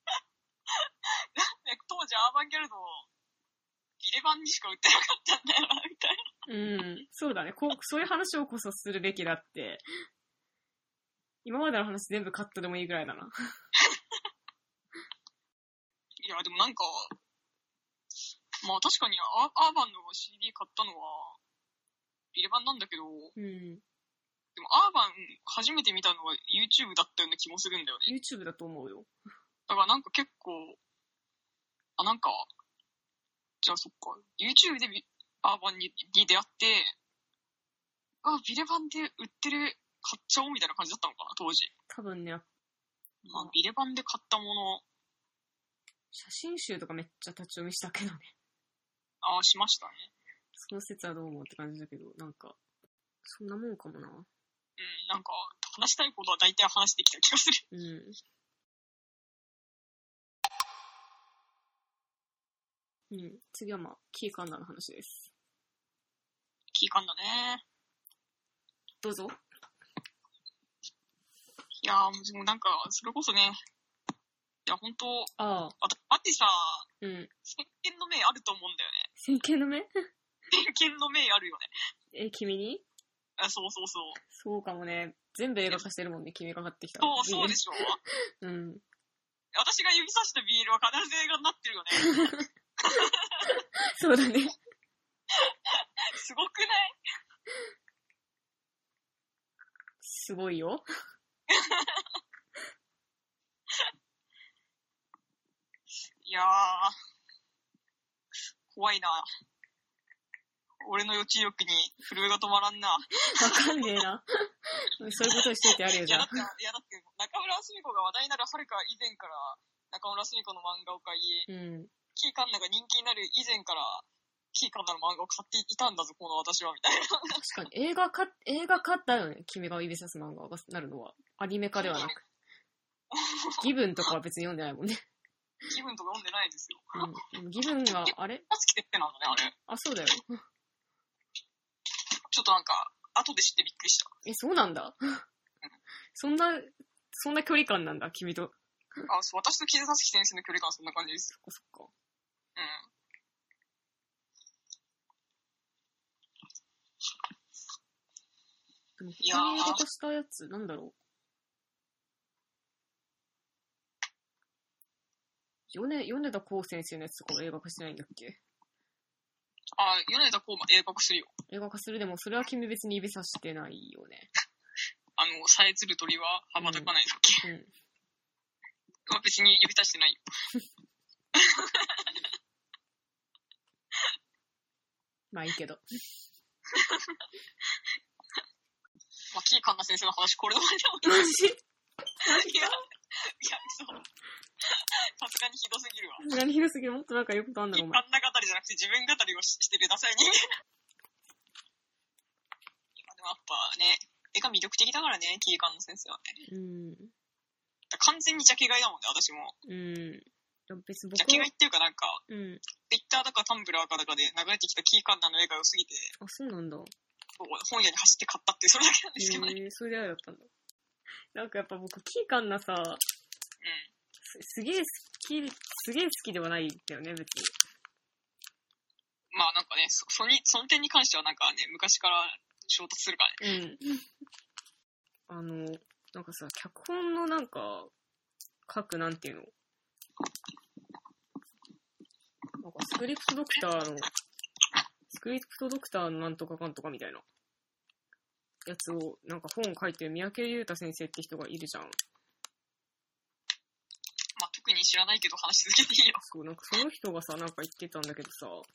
当時アーバンギャルド、ビレバンにしか売ってなかったんだよな、みたいな。うん、そうだね。こう、そういう話をこそするべきだって。今までの話全部カットでもいいぐらいだな。 いや、でもなんか、まあ確かにアーバンの シーディー 買ったのは、ビレバンなんだけど、うん、でもアーバン初めて見たのは YouTube だったような気もするんだよね。 YouTube だと思うよ。 だからなんか結構、あ、なんか、じゃあそっか、YouTube でアーバンにに出会って、あ、ビレバンで売ってる、買っちゃおうみたいな感じだったのかな、当時。 多分ね。 まあ、ビレバンで買ったもの。 写真集とかめっちゃ立ち読みしたけどね。 ああ、しましたね。 その説はどう思うって感じだけど、なんか、そんなもんかもな。うん、 なんか、話したいことは大体話してきた気がする。 うん。うん。次はまあ、キーカンナの話です。 キーカンナね。 どうぞ。 いやー、もうなんか、それこそね、いや、ほんと、 ああ。 あと、あってさ、 うん。 先見の明あると思うんだよね。 先見の明先見の明あるよね。 え、君に？ あ、そうそうそう。 そうかもね。全部映画化してるもんね、君が買ってきた。 そう、そうでしょうん。 私が指さしたビールは必ず映画になってるよね。 そうだね。 すごくない？ すごいよ。 いやー、怖いな。俺の予知欲に震えが止まらんな。わかんねえな。そういうことにしといてあるよ、じゃあ。 いや、だって、いやだって中村澄子が話題になるはるか以前から、中村澄子の漫画を買い、うん、キーカンナが人気になる以前から、キーカンナの漫画を買っていたんだぞ、この私は、みたいな。 確かに、映画化、映画化だよね、君が指さす漫画がなるのは。アニメ化ではなく。ギブンとかは別に読んでないもんね。 ギブンとか読んでないですよ。 うん、ギブンは、あれ好きってなんだね、あれ。 あ、そうだよ。 ちょっとなんか、後で知ってびっくりした。 え、そうなんだ。うん、そんな、そんな距離感なんだ、君と。 あ、そう、私と木津夏樹先生の距離感はそんな感じです。 そっかそっか。うん。でも、他に映画化したやつ、なんだろう。米、米田光先生のやつとか映画化してないんだっけ？ あ、米田光まで映画化するよ。 映画化する。でも、それは君別に指さしてないよね。 あの、さえずる鳥は羽ばたかないだっけ？うん。うん、まあ、別に指さしてないよ。 まあいいけど。 まあ、キーカンナ先生の話、これまでも。マジ？いや、いや、そう。さすがにひどすぎるわ。 さすがにひどすぎる。もっとなんか言うことあんだろ、お前。 キーカンナ語りじゃなくて自分語りをしてるダサい人間。いや、でもやっぱね、絵が魅力的だからね、キーカンナ先生はね。うん。完全にジャケ買いだもんね、私も。うん。別に僕ジャケ買いっていうかなんか、うん。ツイッターだかタンブラーかだかで流れてきたキーカンナの絵が良すぎて。 あ、そうなんだ。 本屋に走って買ったってそれだけなんですけどね。 へえー、それであれだったんだ。なんかやっぱ僕、キーカンナさ、うん。す, すげえ好き、すげえ好きではないんだよね、別に。 まあなんかね、そ、そに、その点に関してはなんかね、昔から衝突するからね。 うん。あの、なんかさ、脚本のなんか、書くなんていうのなんかスクリプトドクターの、スクリプトドクターのなんとかかんとかみたいなやつを、なんか本を書いてる三宅裕太先生って人がいるじゃん。まあ、特に知らないけど話し続けていいよ。 そう、なんかその人がさ、なんか言ってたんだけどさ、うん。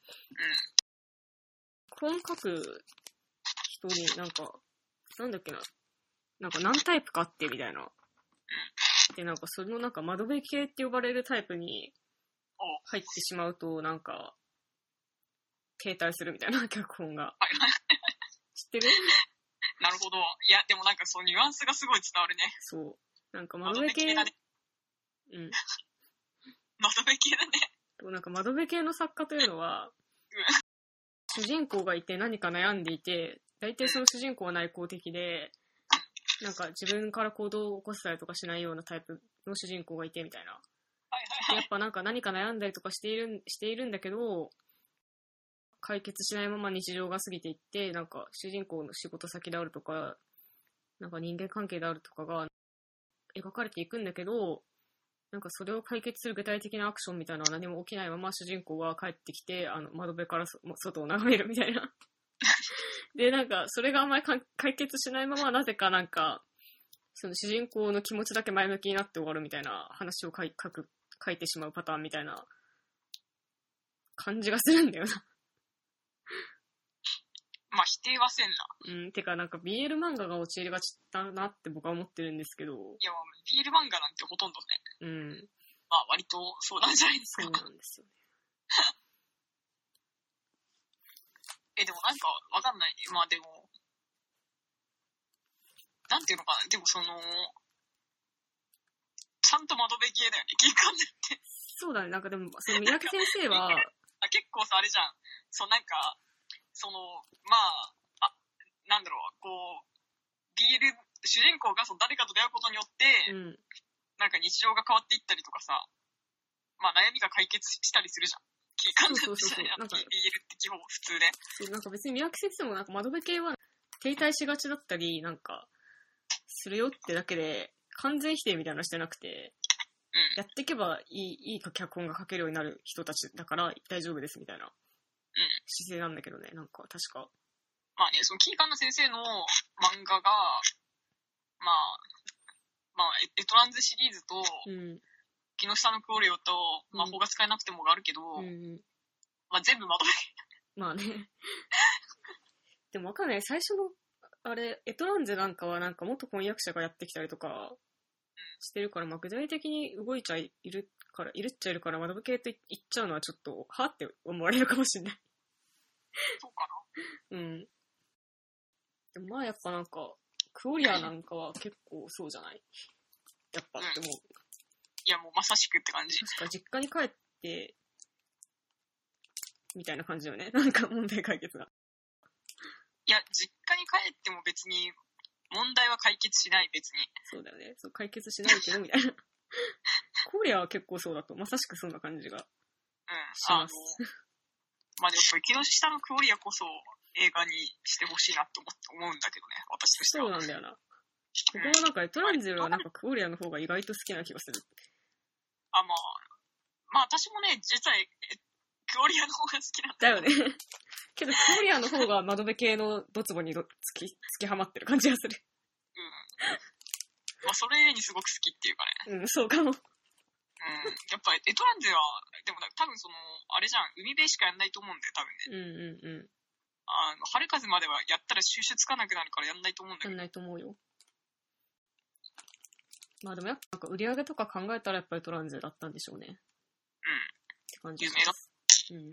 本書く人になんか、なんだっけな、なんか何タイプかあってみたいな。うん。 で、なんかそのなんか窓辺系って呼ばれるタイプに入ってしまうと、なんか、停滞するみたいな脚本が。知ってる？ なるほど。いや、でもなんかそうニュアンスがすごい伝わるね。 そう。なんか窓辺系だね。うん。 窓辺系だね。 なんか窓辺系の作家というのは、うん、主人公がいて何か悩んでいて、大体その主人公は内向的で、なんか自分から行動を起こしたりとかしないようなタイプの主人公がいてみたいな。はいはいはい、やっぱなんか何か悩んだりとかしている、しているんだけど、解決しないまま日常が過ぎていって、なんか主人公の仕事先であるとか、なんか人間関係であるとかが描かれていくんだけど、なんかそれを解決する具体的なアクションみたいなのは何も起きないまま主人公は帰ってきて、あの窓辺から外を眺めるみたいな。で、なんかそれがあんまり解決しないままなぜかなんか、その主人公の気持ちだけ前向きになって終わるみたいな話を書い、書く、書いてしまうパターンみたいな感じがするんだよな。 まあ否定はせんな。 うん、てかなんか ビーエル 漫画が陥りがちだなって僕は思ってるんですけど。いや、ビーエル 漫画なんてほとんどね。うん。まあ割とそうなんじゃないですか。 そうなんですよね。 え、でもなんかわかんない。まあでも、なんていうのかな。でもその、ちゃんと窓辺系だよね、警官って。 そうだね。なんかでも、その三宅先生は、 あ結構さ、あれじゃん。そう、なんか、その、まあ、あ、なんだろう、こう、ビール、主人公がその誰かと出会うことによって、うん、なんか日常が変わっていったりとかさ、まあ悩みが解決したりするじゃん。警官だってじゃん。ビーエルって基本普通で。 そう、なんか別に三宅先生もなんか窓辺系は停滞しがちだったり、なんか、するよってだけで、完全否定みたいなのしてなくて、うん、やっていけばいい、いい脚本が書けるようになる人たちだから大丈夫ですみたいな姿勢なんだけどね、なんか確か。 まあね、そのキーカンナ先生の漫画が、まあ、まあ、エトランズシリーズと、うん、木下のクオリオと、魔法が使えなくてもがあるけど、うん、まあ全部まとめ。 まあね。でもわかんない。最初の、あれ、エトランゼなんかはなんか元婚約者がやってきたりとかしてるから、まあ具体的に動いちゃいるから、いるっちゃいるから、窓辺系と言っちゃうのはちょっと、はって思われるかもしれない。 そうかな。うん。でもまあやっぱなんか、クオリアなんかは結構そうじゃないやっぱって思う、うん。 いやもうまさしくって感じ。 確か実家に帰って、みたいな感じだよね。なんか問題解決が。 いや、実家に帰っても別に問題は解決しない、別に。 そうだよね。そう解決しないけど、みたいな。コリアは結構そうだと、まさしくそんな感じがします。 うん、あまあでもこれ、木下のクオリアこそ映画にしてほしいなって思うんだけどね、私としては。 そうなんだよな。僕もなんか、エトランゼルはなんかクオリアの方が意外と好きな気がする。 あ、まあ、まあ私もね、実は、クオリアの方が好きなんだよね。けど、クオリアの方が窓辺系のドツボにどつき、つきはまってる感じがする。 うん。まあ、それにすごく好きっていうかね。うん、そうかも。うん。 やっぱり、エトランゼは、でも多分その、あれじゃん、海辺しかやんないと思うんだよ、多分ね。うんうんうん。 あの、春風まではやったら収集つかなくなるからやんないと思うんだけど。 やんないと思うよ。まあでもやっぱなんか売り上げとか考えたらやっぱりトランゼだったんでしょうね。うん。って感じです。有名だ。うん。うん、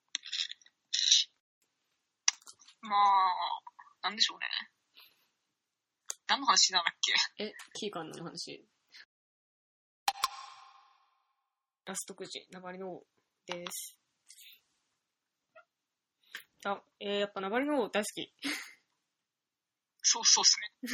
まあ、なんでしょうね。何の話なんだっけえ、キーカンの話。ラストくじ、ナバリのです。あ、えー、やっぱナバリの大好き。 そうそうっすね。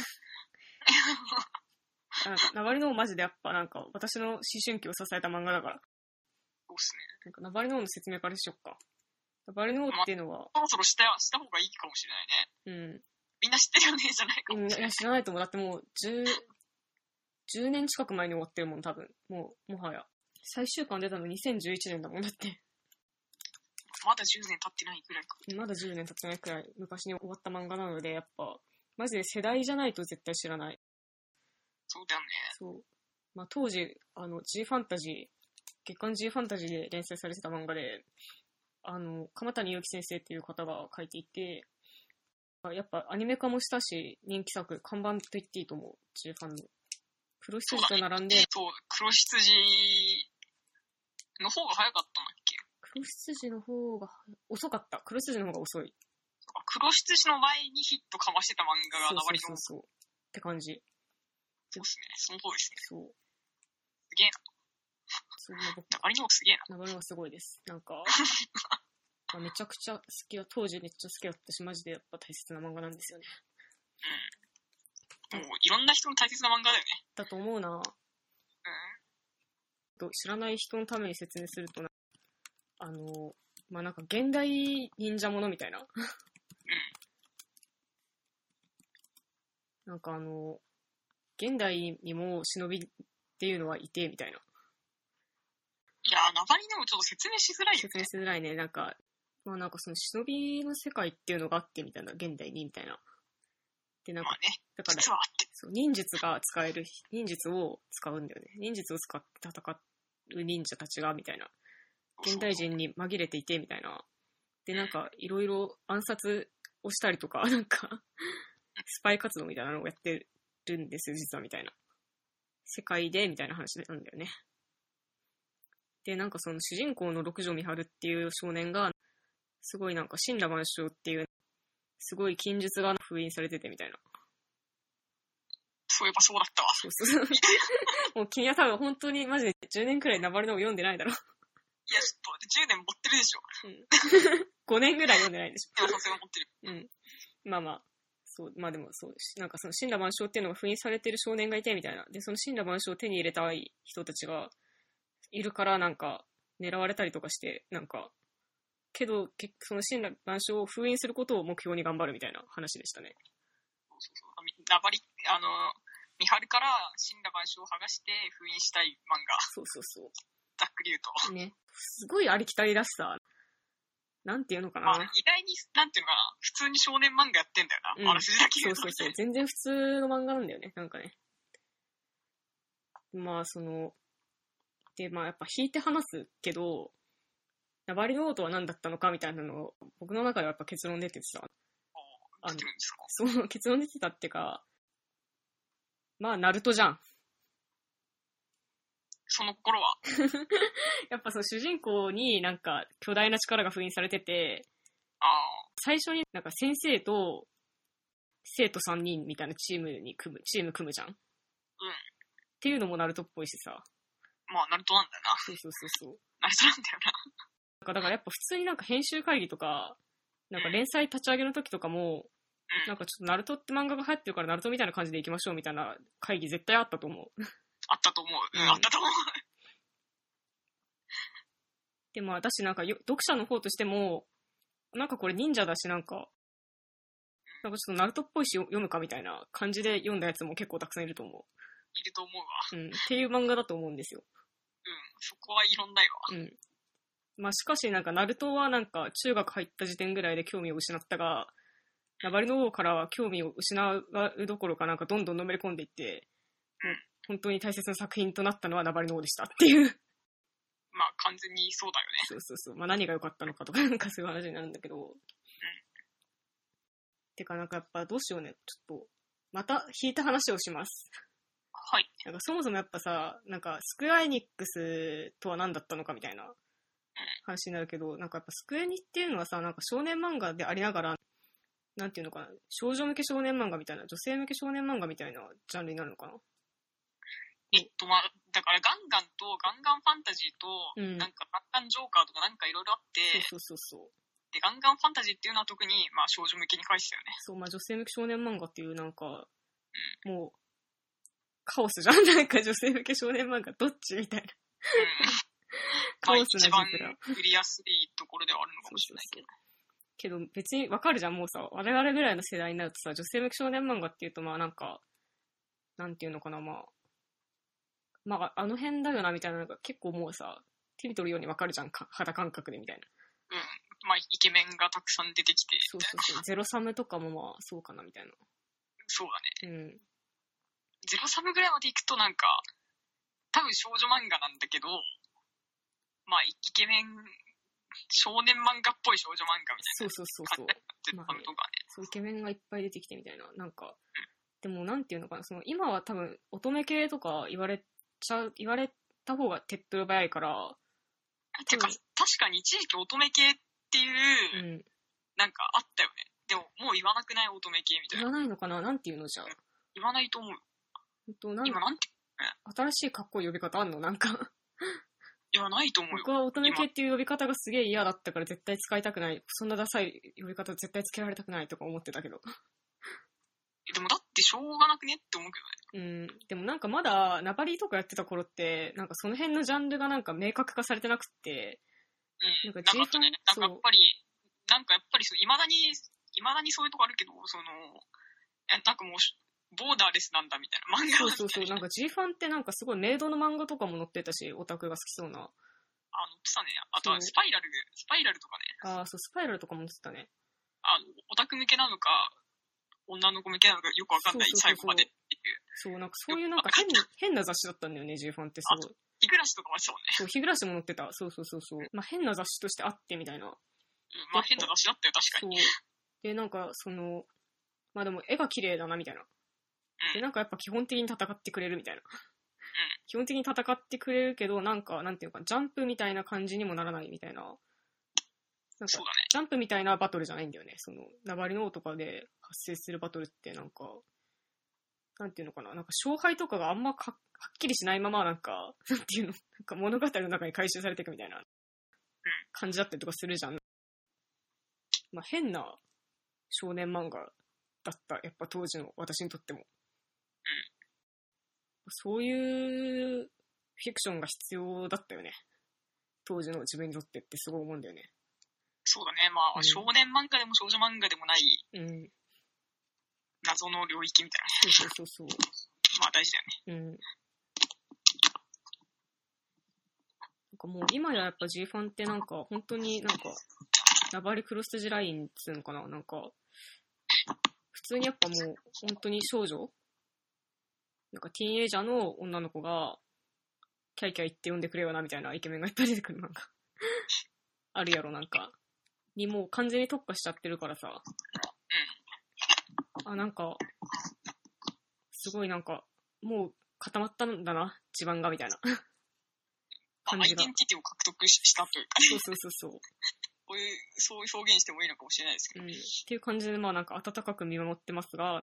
なんかナバリのマジでやっぱなんか私の思春期を支えた漫画だから。 そうっすね。 なんかナバリのの説明からしよっか。ナバリのっていうのは、まあ、 そろそろしたした方がいいかもしれないね。うん。みんな知ってるよねじゃないかもしれない。 いや知らないと思う。だってもう10、じゅうねん近く前に終わってるもん多分。もうもはや最終巻出たのにせんじゅういちねんだもんだって。 まだじゅうねん経ってないくらいか。 まだじゅうねん経ってないくらい昔に終わった漫画なので、やっぱマジで世代じゃないと絶対知らない。 そうだよね。 そう。まあ当時あの G ファンタジー月刊 G ファンタジーで連載されてた漫画で、あの鎌谷祐希先生っていう方が書いていて、やっぱアニメ化もしたし人気作看板と言っていいと思う G ファンの黒羊と並んで、 そう、黒羊の方が早かったんだっけ？ 黒羊の方が遅かった。黒羊の方が遅い。 黒羊の前にヒットかましてた漫画がナバリノート。 そうそうそうそう。って感じ。 そうですね。その通りですね。 そう。 すげえな。そう、ナバリノートすげえな。 ナバリノートすごいです。なんか、まあ、めちゃくちゃ好きだ、当時めっちゃ好きだったし、マジでやっぱ大切な漫画なんですよね。 うん。もういろんな人の大切な漫画だよね。 だと思うな。うん。と知らない人のために説明するとな、あの、まあ、なんか現代忍者ものみたいな。うん。なんかあの、現代にも忍びっていうのはいて、みたいな。 いやー、ナバリノートちょっと説明しづらいよね。 説明しづらいね。なんか、まあなんかその忍びの世界っていうのがあってみたいな、現代にみたいな。で、なんか、 まあね、 だからそう、忍術が使える、忍術を使うんだよね。忍術を使って戦う忍者たちが、みたいな。現代人に紛れていて、みたいな。で、なんか、いろいろ暗殺をしたりとか、なんか、スパイ活動みたいなのをやってるんですよ、実は、みたいな。世界で、みたいな話なんだよね。で、なんかその主人公の六条美晴っていう少年が、すごいなんか神羅万象っていう、すごい禁術が封印されててみたいな。 そういえばそうだったわ。 そうそう。もう君は多分本当にマジでじゅうねんくらいナバリノを読んでないだろ。いや、 ちょっとじゅうねん持ってるでしょ。 うん。ごねんぐらい読んでないでしょ。 いや、さすが持ってる。 うん。まあまあ。そう、まあでもそうです。なんかその神羅万象っていうのが封印されてる少年がいてみたいな。で、その神羅万象を手に入れたい人たちがいるからなんか狙われたりとかして、なんか、けど、その神羅万象を封印することを目標に頑張るみたいな話でしたね。 そうそうそう。ナバリ、あの、ミハルから神羅万象を剥がして封印したい漫画。 そうそうそう。 ざっくり言うと。 ね。すごいありきたりらしさ。なんていうのかな。 まあ、意外に、なんていうのかな。普通に少年漫画やってんだよな。うん、あらすじだけ言うと。 そうそうそう。全然普通の漫画なんだよね。なんかね。まあ、その、で、まあやっぱ引いて話すけど、ナバリノートは何だったのかみたいなのを、僕の中ではやっぱ結論出ててさ。 あ、出てるんですか？ そう、結論出てたってか、まあ、ナルトじゃん。 その頃はやっぱその主人公になんか巨大な力が封印されてて、 あ最初になんか先生と生徒さんにんみたいなチームに組む、チーム組むじゃん。うん。っていうのもナルトっぽいしさ。 まあ、ナルトなんだよな。 そうそうそうそう。 ナルトなんだよな。 だからやっぱ普通になんか編集会議とか、なんか連載立ち上げの時とかも、うん、なんかちょっとナルトって漫画が入ってるからナルトみたいな感じでいきましょうみたいな会議絶対あったと思う。 あったと思う。うん、うん、あったと思う。 でも私なんかよ読者の方としても、なんかこれ忍者だしなんか、なんかちょっとナルトっぽいし読むかみたいな感じで読んだやつも結構たくさんいると思う。 いると思うわ。 うん。っていう漫画だと思うんですよ。 うん。そこはいろんないわ。 うん。まあしかしなんかナルトはなんか中学入った時点ぐらいで興味を失ったが、ナバリの王からは興味を失うどころかなんかどんどんのめり込んでいって、うん、本当に大切な作品となったのはナバリの王でしたっていう。 まあ完全にそうだよね。 そうそうそう。まあ何が良かったのかとかなんかそういう話になるんだけど。うん。てかなんかやっぱどうしようね。ちょっと、また引いた話をします。 はい。 なんかそもそもやっぱさ、なんかスクエアエニックスとは何だったのかみたいな話になるけど、なんかやっぱスクエニっていうのはさ、なんか少年漫画でありながら、なんていうのかな、少女向け少年漫画みたいな、女性向け少年漫画みたいなジャンルになるのかな。 えっとまあ、だからガンガンとガンガンファンタジーと、うん、なんかガンガンジョーカーとかなんかいろいろあって、 そうそうそうそう。 で、ガンガンファンタジーっていうのは特に、まあ少女向けに返したよね。 そう、まあ女性向け少年漫画っていうなんか、うん、もう、カオスじゃん。なんか女性向け少年漫画どっちみたいな。うん。 カオスなまあ一番売りやすいところではあるのかもしれないけど。 けど別にわかるじゃん、もうさ、我々ぐらいの世代になるとさ、女性向け少年漫画っていうとまあなんか、なんていうのかな、まあ、まああの辺だよなみたいなのが結構もうさ、手に取るようにわかるじゃん、肌感覚でみたいな。 うん。まあイケメンがたくさん出てきて。 そうそうそう。ゼロサムとかもまあそうかなみたいな。 そうだね。うん。 ゼロサムぐらいまで行くとなんか、多分少女漫画なんだけど、まあイケメン、少年漫画っぽい少女漫画みたいな。 そうそうそうそう。まあね、そうイケメンがいっぱい出てきてみたいな。なんか、うん、 でもなんていうのかな、その今は多分乙女系とか言われちゃう、言われた方が手っ取り早いから。 てか、確かに一時期乙女系っていう、うん、なんかあったよね。でももう言わなくない乙女系みたいな。 言わないのかな、なんていうのじゃあ。 言わないと思う。 ほんとなん今なんて、 ね、新しいかっこいい呼び方あんのなんかいや、ないと思うよ。 僕は乙女系っていう呼び方がすげえ嫌だったから絶対使いたくない。そんなダサい呼び方絶対つけられたくないとか思ってたけど。 でもだってしょうがなくねって思うけどね。うん。でもなんかまだナバリとかやってた頃って、なんかその辺のジャンルがなんか明確化されてなくて。 うん。なんか G ファン、ね、なんかやっぱり、なんかやっぱりそう、未だに、未だにそういうとこあるけど、その、なんかもう、ボーダーレスなんだみたいな漫画。 そうそうそう。なんか G ファンってなんかすごいメイドの漫画とかも載ってたし、オタクが好きそうな。 あ、載ってたね。あとはスパイラル、スパイラルとかね。ああ、そう、スパイラルとかも載ってたね。 あの、オタク向けなのか、女の子向けなのかよくわかんない最後までっていう。 そう、なんかそういうなんか変な、変な雑誌だったんだよね、G ファンってすごい。 日暮らしとかもそうね。 そう、日暮らしも載ってた。そうそうそうそう。まあ変な雑誌としてあってみたいな。うん、 まあ変な雑誌だったよ、確かに。 そう。で、なんかその、まあでも絵が綺麗だな、みたいな。で、なんかやっぱ基本的に戦ってくれるみたいな。うん、基本的に戦ってくれるけど、なんか、なんていうか、ジャンプみたいな感じにもならないみたいな。なんか、 ね、 ジャンプみたいなバトルじゃないんだよね。その、ナバリの王とかで発生するバトルってなんか、なんていうのかな。なんか勝敗とかがあんまかはっきりしないまま、なんか、なんていうの、なんか物語の中に回収されていくみたいな感じだったりとかするじゃん。まあ変な少年漫画だった。やっぱ当時の私にとっても。そういうフィクションが必要だったよね。当時の自分にとってってすごい思うんだよね。 そうだね。まあ、うん、少年漫画でも少女漫画でもない、 うん、 謎の領域みたいな。そうそうそうそう。 まあ大事だよね。 うん。なんかもう今ややっぱ G ファンってなんか本当になんかナバリクロスジラインっつうのかな、なんか普通にやっぱもう本当に少女なんかティーンエイジャーの女の子がキャイキャイって呼んでくれよなみたいなイケメンがいっぱい出てくるなんかあるやろなんかにもう完全に特化しちゃってるからさ、あなんかすごいなんかもう固まったんだな地盤がみたいな感じが。アイデンティティを獲得したというか、 そうそうそうそう。 こういうそういう表現してもいいのかもしれないですけど、 うん、っていう感じでまあなんか温かく見守ってますが。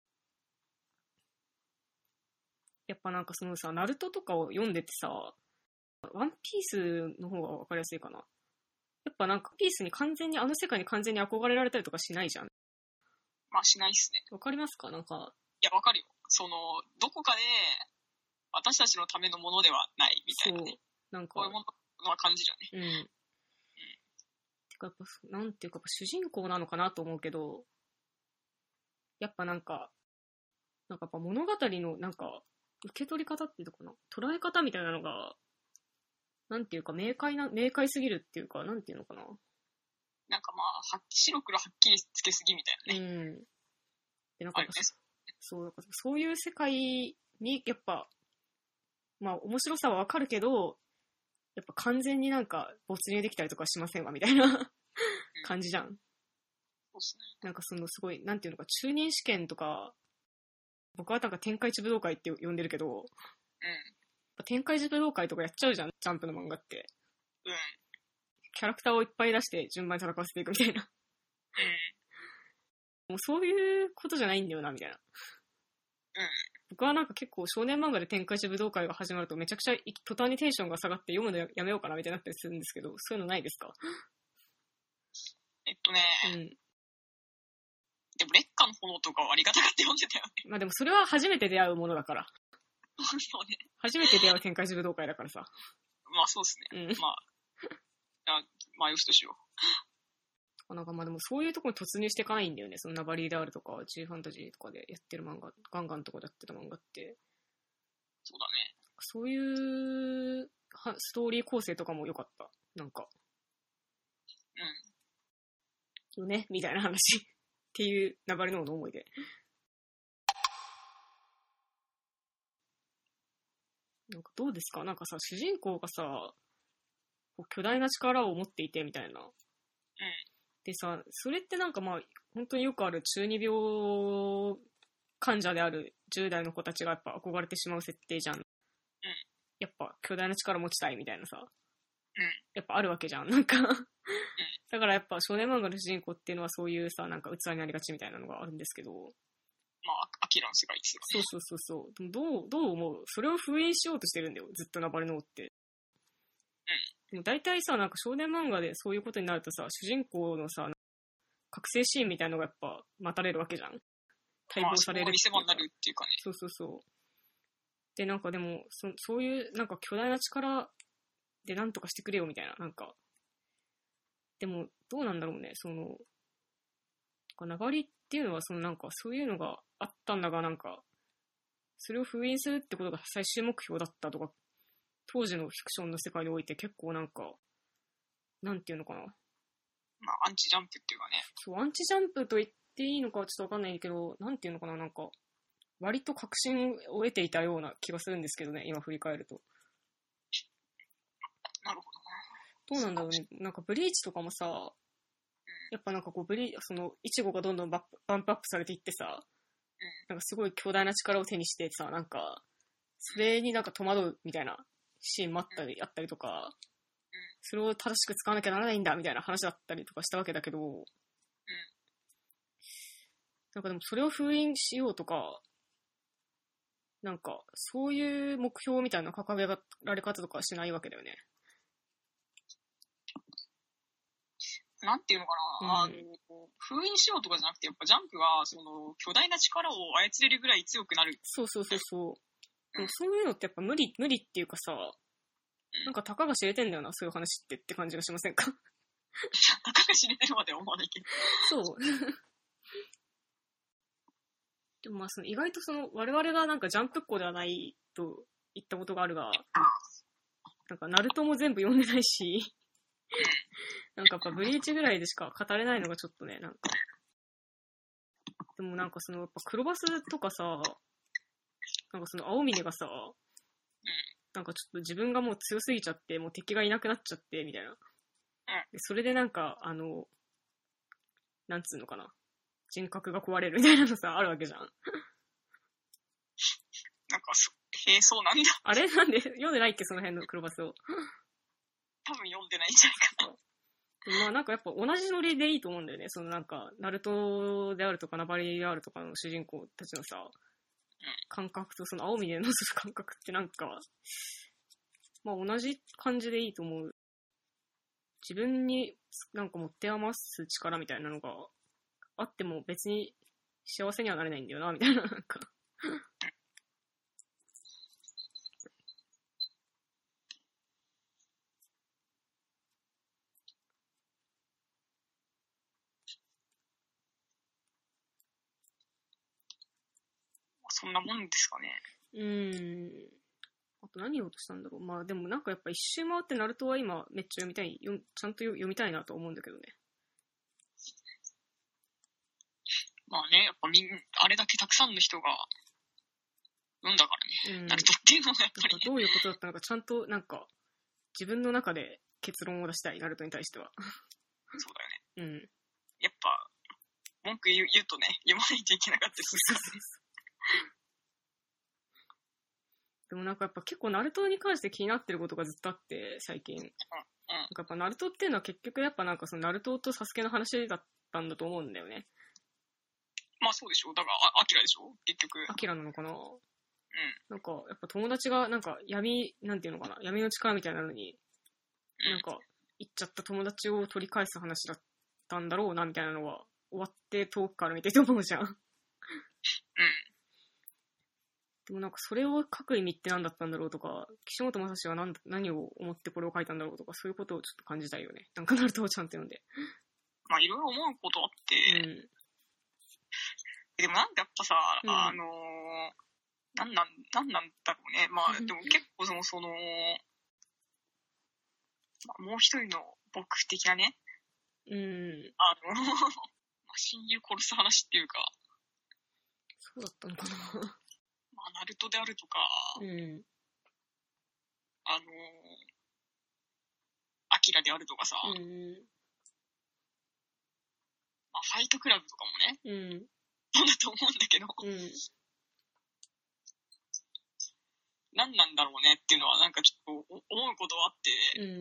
やっぱなんかそのさ、ナルトとかを読んでてさ、ワンピースの方が分かりやすいかな。やっぱなんかピースに完全に、あの世界に完全に憧れられたりとかしないじゃん。 まあしないっすね。 わかりますかなんか。 いや、わかるよ。その、どこかで、私たちのためのものではないみたいな、ね。そう。なんか。こういうものは感じるよね。うん。うん。 てかやっぱ、なんていうか、主人公なのかなと思うけど、やっぱなんか、なんかやっぱ物語のなんか、受け取り方っていうのかな捉え方みたいなのが、なんていうか、明快な、明快すぎるっていうか、なんていうのかななんかまあ、はっ白黒はっきりつけすぎみたいなね。うん。 で、なんか、ね、そう、そういう世界に、やっぱ、まあ、面白さはわかるけど、やっぱ完全になんか、没入できたりとかしませんわ、みたいな感じじゃん。うん、 そうっすね。 なんかその、すごい、なんていうのか、中任試験とか、僕はなんか天下一武道会って呼んでるけど、うん。天下一武道会とかやっちゃうじゃん、ジャンプの漫画って。うん。キャラクターをいっぱい出して順番に戦わせていくみたいな。うん。もうそういうことじゃないんだよな、みたいな。うん。僕はなんか結構少年漫画で天下一武道会が始まるとめちゃくちゃ途端にテンションが下がって読むのやめようかなみたいになったりするんですけど、そういうのないですか？ えっとね、うん。でも、烈火の炎とかはありがたがって読んでたよね。 まあでもそれは初めて出会うものだから。 そうね。 初めて出会う天下一武道会だからさ。 まあそうですね。うん、まあ、あまあよしとしよう。なんかまあでもそういうところに突入していかないんだよね。そのナバリーであるとか、G ファンタジーとかでやってる漫画、ガンガンとかでやってた漫画って。 そうだね。 そういうストーリー構成とかも良かった。なんか。うん。よねみたいな話。っていうナバリの王の思い出。なんかどうですか？なんかさ、主人公がさ、巨大な力を持っていてみたいな。うん。でさ、それってなんかまあ、本当によくある中二病患者であるじゅう代の子たちがやっぱ憧れてしまう設定じゃん。うん。やっぱ巨大な力持ちたいみたいなさ。 うん。 やっぱあるわけじゃん。なんかだからやっぱ少年漫画の主人公っていうのはそういうさ、なんか器になりがちみたいなのがあるんですけど。 まあ、アキラの世界ですよね。そうそうそうそう。でもどう、どう思う？それを封印しようとしてるんだよ。ずっとナバルノーって。 うん。 でも大体さ、なんか少年漫画でそういうことになるとさ、主人公のさ、覚醒シーンみたいなのがやっぱ待たれるわけじゃん。 待望されるっていうか。まあ、見せ場になるっていうかね。 そうそうそう。で、なんかでも、そそういうなんか巨大な力でなんとかしてくれよみたいな、なんか。でも、どうなんだろうね、その、ナバリっていうのは、そのなんかそういうのがあったんだが、なんか、それを封印するってことが最終目標だったとか、当時のフィクションの世界において結構なんか、なんていうのかな。 まあ、アンチジャンプっていうかね。 そう、アンチジャンプと言っていいのかはちょっとわかんないけど、なんていうのかな、なんか、割と確信を得ていたような気がするんですけどね、今振り返ると。 なるほど。どうなんだろうね。なんかブリーチとかもさ、うん、やっぱなんかこうブリ、その、イチゴがどんどんバップバンプアップされていってさ、うん、なんかすごい強大な力を手にしてさ、なんか、それになんか戸惑うみたいなシーンもあったり、うん、あったりとか、うん、それを正しく使わなきゃならないんだみたいな話だったりとかしたわけだけど、うん、なんかでもそれを封印しようとか、なんか、そういう目標みたいな掲げられ方とかはしないわけだよね。 なんていうのかな、うん、あの、封印しようとかじゃなくて、やっぱジャンプが、その、巨大な力を操れるぐらい強くなる。 そうそうそうそう。うん、でもそういうのってやっぱ無理、無理っていうかさ、うん、なんかたかが知れてんだよな、そういう話ってって感じがしませんか？ たかが知れてるまでは思わないけど。そう。でもまあその意外とその我々がなんかジャンプっ子ではないと言ったことがあるが、なんかナルトも全部読んでないし、なんかやっぱブリーチぐらいでしか語れないのがちょっとね、なんか。でもなんかそのやっぱ黒バスとかさ、なんかその青峰がさ、なんかちょっと自分がもう強すぎちゃって、もう敵がいなくなっちゃってみたいな。でそれでなんかあの、なんつうのかな。人格が壊れるみたいなのさ、あるわけじゃん。なんか、へえ、そうなんだ。 あれなんで読んでないっけ、その辺の黒バスを。 多分読んでないんじゃないかな。 まあなんかやっぱ同じノリでいいと思うんだよね。そのなんか、ナルトであるとか、ナバリであるとかの主人公たちのさ、うん、感覚とその青峰の感覚ってなんか、まあ同じ感じでいいと思う。自分になんか持って余す力みたいなのが、あっても別に幸せにはなれないんだよな、みたいな、なんか。 そんなもんですかね。 うーん。あと何言おうとしたんだろう。まあでもなんかやっぱ一周回ってナルトは今めっちゃ読みたい、よちゃんと読みたいなと思うんだけどね。 まあね、やっぱみん、あれだけたくさんの人が読んだからね、うん、ナルトっていうのがやっぱり、ね、 どういうことだったのかちゃんとなんか自分の中で結論を出したい、ナルトに対しては。 そうだよね。うん。 やっぱ、文句言う、言うとね、読まないといけなかったりするからね。 でもなんかやっぱ結構ナルトに関して気になってることがずっとあって、最近。うん。うん、なんかやっぱナルトっていうのは結局やっぱなんかそのナルトとサスケの話だったんだと思うんだよね。 まあそうでしょ。だから、アキラでしょ結局。 アキラなのかな。うん。なんか、やっぱ友達が、なんか闇、なんていうのかな、闇の力みたいなのに、うん、なんか、行っちゃった友達を取り返す話だったんだろうな、みたいなのは、終わって遠くから見てて思うじゃん。うん。でもなんか、それを書く意味って何だったんだろうとか、岸本正史は何、何を思ってこれを書いたんだろうとか、そういうことをちょっと感じたいよね。なんかナルトをちゃんと読んで。 まあ、いろいろ思うことあって、うん。でもなんかやっぱさ、うん、あのー、なんなん、なんなんだろうね。まあ、でも結構その、その、まあ、もう一人の僕的なね、 うん。 あの、まあ、親友殺す話っていうか、 そうだったのかな。 まあ、ナルトであるとか、 うん。 あのー、アキラであるとかさ、 うん。 まあ、ファイトクラブとかもね、 うん。 そうだと思うんだけど、 うん、 何なんだろうねっていうのはなんかちょっと思うことはあって、うん、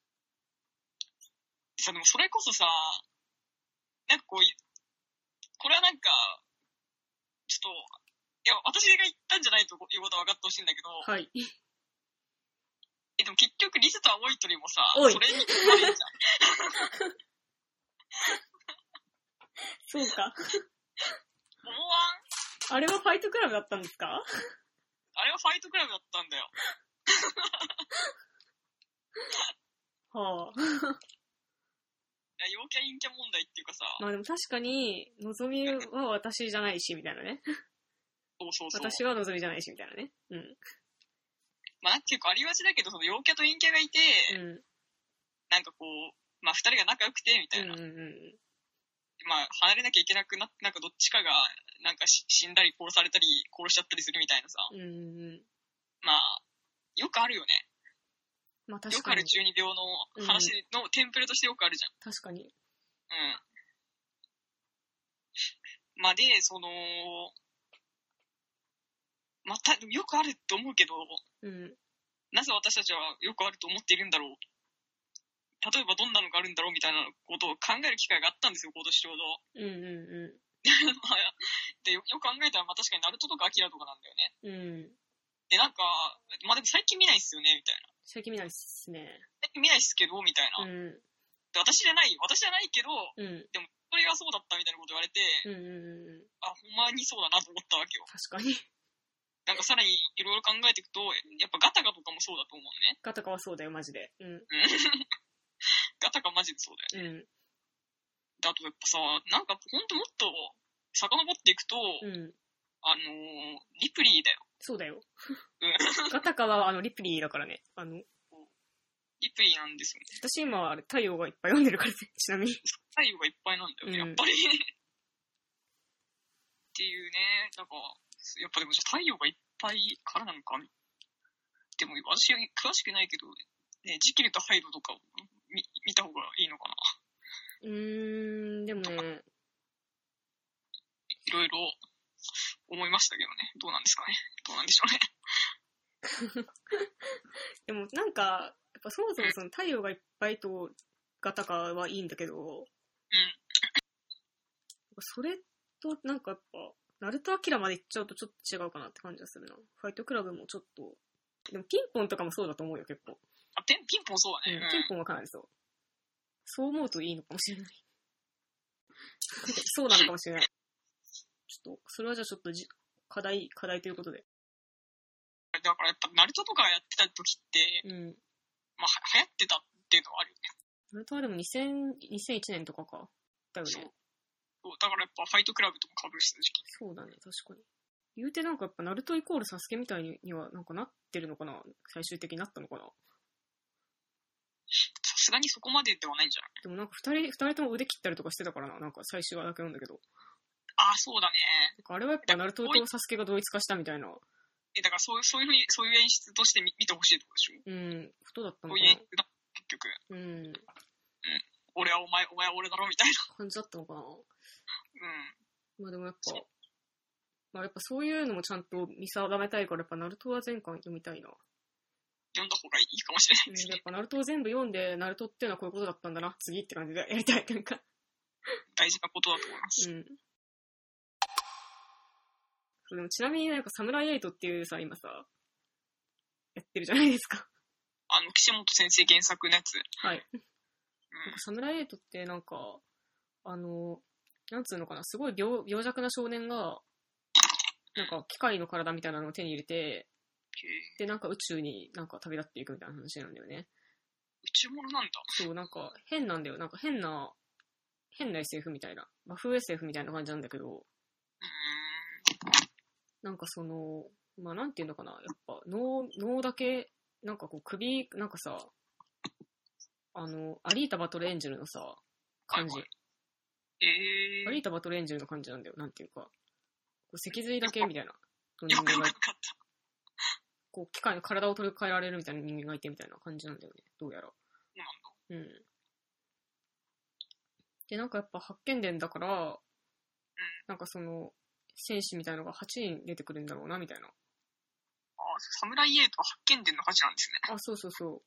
さ、でもそれこそさ、なんかこう、これはなんか、ちょっと、いや、私が言ったんじゃないということは分かってほしいんだけど、はい。え、でも結局リスと青い鳥もさ、それに悪いじゃん。 そうか。 思わん？あれはファイトクラブだったんですか？ あれはファイトクラブだったんだよ。はぁ。いや、陽キャ陰キャ問題っていうかさ。 まあでも確かに、のぞみは私じゃないし、みたいなね。 そうそうそう。 私はのぞみじゃないし、みたいなね。うん。 まあ結構ありがちだけど、その陽キャと陰キャがいて、うん、なんかこう、まあ二人が仲良くて、みたいな。うんうんうん、まあ離れなきゃいけなくなって、なんかどっちかが、なんか死んだり殺されたり、殺しちゃったりするみたいなさ。うんうん、まあ、よくあるよね。まあ確かに。よくある中二病の話のテンプレとしてよくあるじゃん。 確かに。うん。 まあで、その、また、よくあるって思うけど、うん、なぜ私たちはよくあると思っているんだろう。例えばどんなのがあるんだろうみたいなことを考える機会があったんですよ、今年ちょうど。うんうんうん。でよ、よく考えたら、まあ確かにナルトとかアキラとかなんだよね。うん。で、なんか、まあでも最近見ないっすよね、みたいな。 最近見ないっすね。 最近見ないっすけど、みたいな。うん。で、私じゃないよ。私じゃないけど、うん、でも、それがそうだったみたいなこと言われて、うんうんうん、あ、ほんまにそうだなと思ったわけよ。 確かに。 なんかさらにいろいろ考えていくと、やっぱガタガとかもそうだと思うね。 ガタガはそうだよ、マジで。うん。 ガタガマジでそうだよね。うん。で、あとやっぱさ、なんかほんともっと遡っていくと、うん、あのー、リプリーだよ。 そうだよ。ガタカはあのリプリーだからね。あの、 リプリーなんですよね。 私今あれ太陽がいっぱい読んでるからね、ちなみに。 太陽がいっぱいなんだよね、うん、やっぱり。っていうね、なんか、やっぱでも太陽がいっぱいからなのか。でも私は詳しくないけど、ね、ジキルとハイドとかを 見, 見た方がいいのかな。 うーん、でもね。 いろいろ思いましたけどね。どうなんですかね。どうなんでしょうね。 でもなんか、やっぱそもそもその太陽がいっぱいとガタカはいいんだけど、うん。それとなんかやっぱ、ナルトアキラまで行っちゃうとちょっと違うかなって感じがするな。ファイトクラブもちょっと、でもピンポンとかもそうだと思うよ、結構。 あ、ピン、ピンポンそうだね。 うん、ピンポンはかなりそう。そう思うといいのかもしれない。そうなのかもしれない。ちょっと、それはじゃあちょっとじ課題、課題ということで。 だからやっぱ、ナルトとかやってた時って、うん。まあ、流行ってたっていうのはあるよね。 ナルトはでもにせん、にせんいちねんとかか。だよね。そう。 そうだからやっぱ、ファイトクラブとも被した時期。 そうだね、確かに。言うてなんかやっぱ、ナルトイコールサスケみたいにはなんかなってるのかな？最終的になったのかな？ さすがにそこまでではないんじゃない？ でもなんか二人、二人とも腕切ったりとかしてたからな。なんか最終話だけなんだけど。 ああ、そうだね。 あれはやっぱナルトとサスケが同一化したみたいな。 え、だからそういう、そういうふうに、そういう演出として見見てほしいってことでしょ？うん、 ことだったのかな。 そういう演出だ、結局。うん。うん。俺はお前、お前は俺だろみたいな。 感じだったのかな。うん。まあでもやっぱ、まあやっぱそういうのもちゃんと見定めたいから、やっぱナルトは全巻読みたいな。 読んだ方がいいかもしれないですね。 やっぱナルトを全部読んで、ナルトっていうのはこういうことだったんだな、次って感じでやりたい。なんか。 大事なことだと思います。うん。 でもちなみになんかサムライエイトっていうさ、今さ、やってるじゃないですか。 あの、岸本先生原作のやつ。はい。 うん、なんかサムライエイトってなんか、あの、なんつうのかな、すごい 病, 病弱な少年が、なんか機械の体みたいなのを手に入れて、で、なんか宇宙になんか旅立っていくみたいな話なんだよね。 宇宙物なんだ。 そう、なんか変なんだよ。なんか変な、変な エスエフ みたいな。和風 エスエフ みたいな感じなんだけど、うーん、なんかその、まあなんていうのかな、やっぱ脳、脳だけ、なんかこう首、なんかさ、あの、アリータ・バトルエンジェルのさ、感じ。はいはい、えー、アリータ・バトルエンジェルの感じなんだよ。なんていうか。こう脊髄だけみたいな。 よくわかった。 こう、機械の体を取り替えられるみたいな人間がいてみたいな感じなんだよね。どうやら。うん。で、なんかやっぱ発見伝だから、うん、なんかその、戦士みたいなのがはちにん出てくるんだろうな、みたいな。 ああ、サムライエイトは発見伝の八なんですね。 あ、そうそうそう。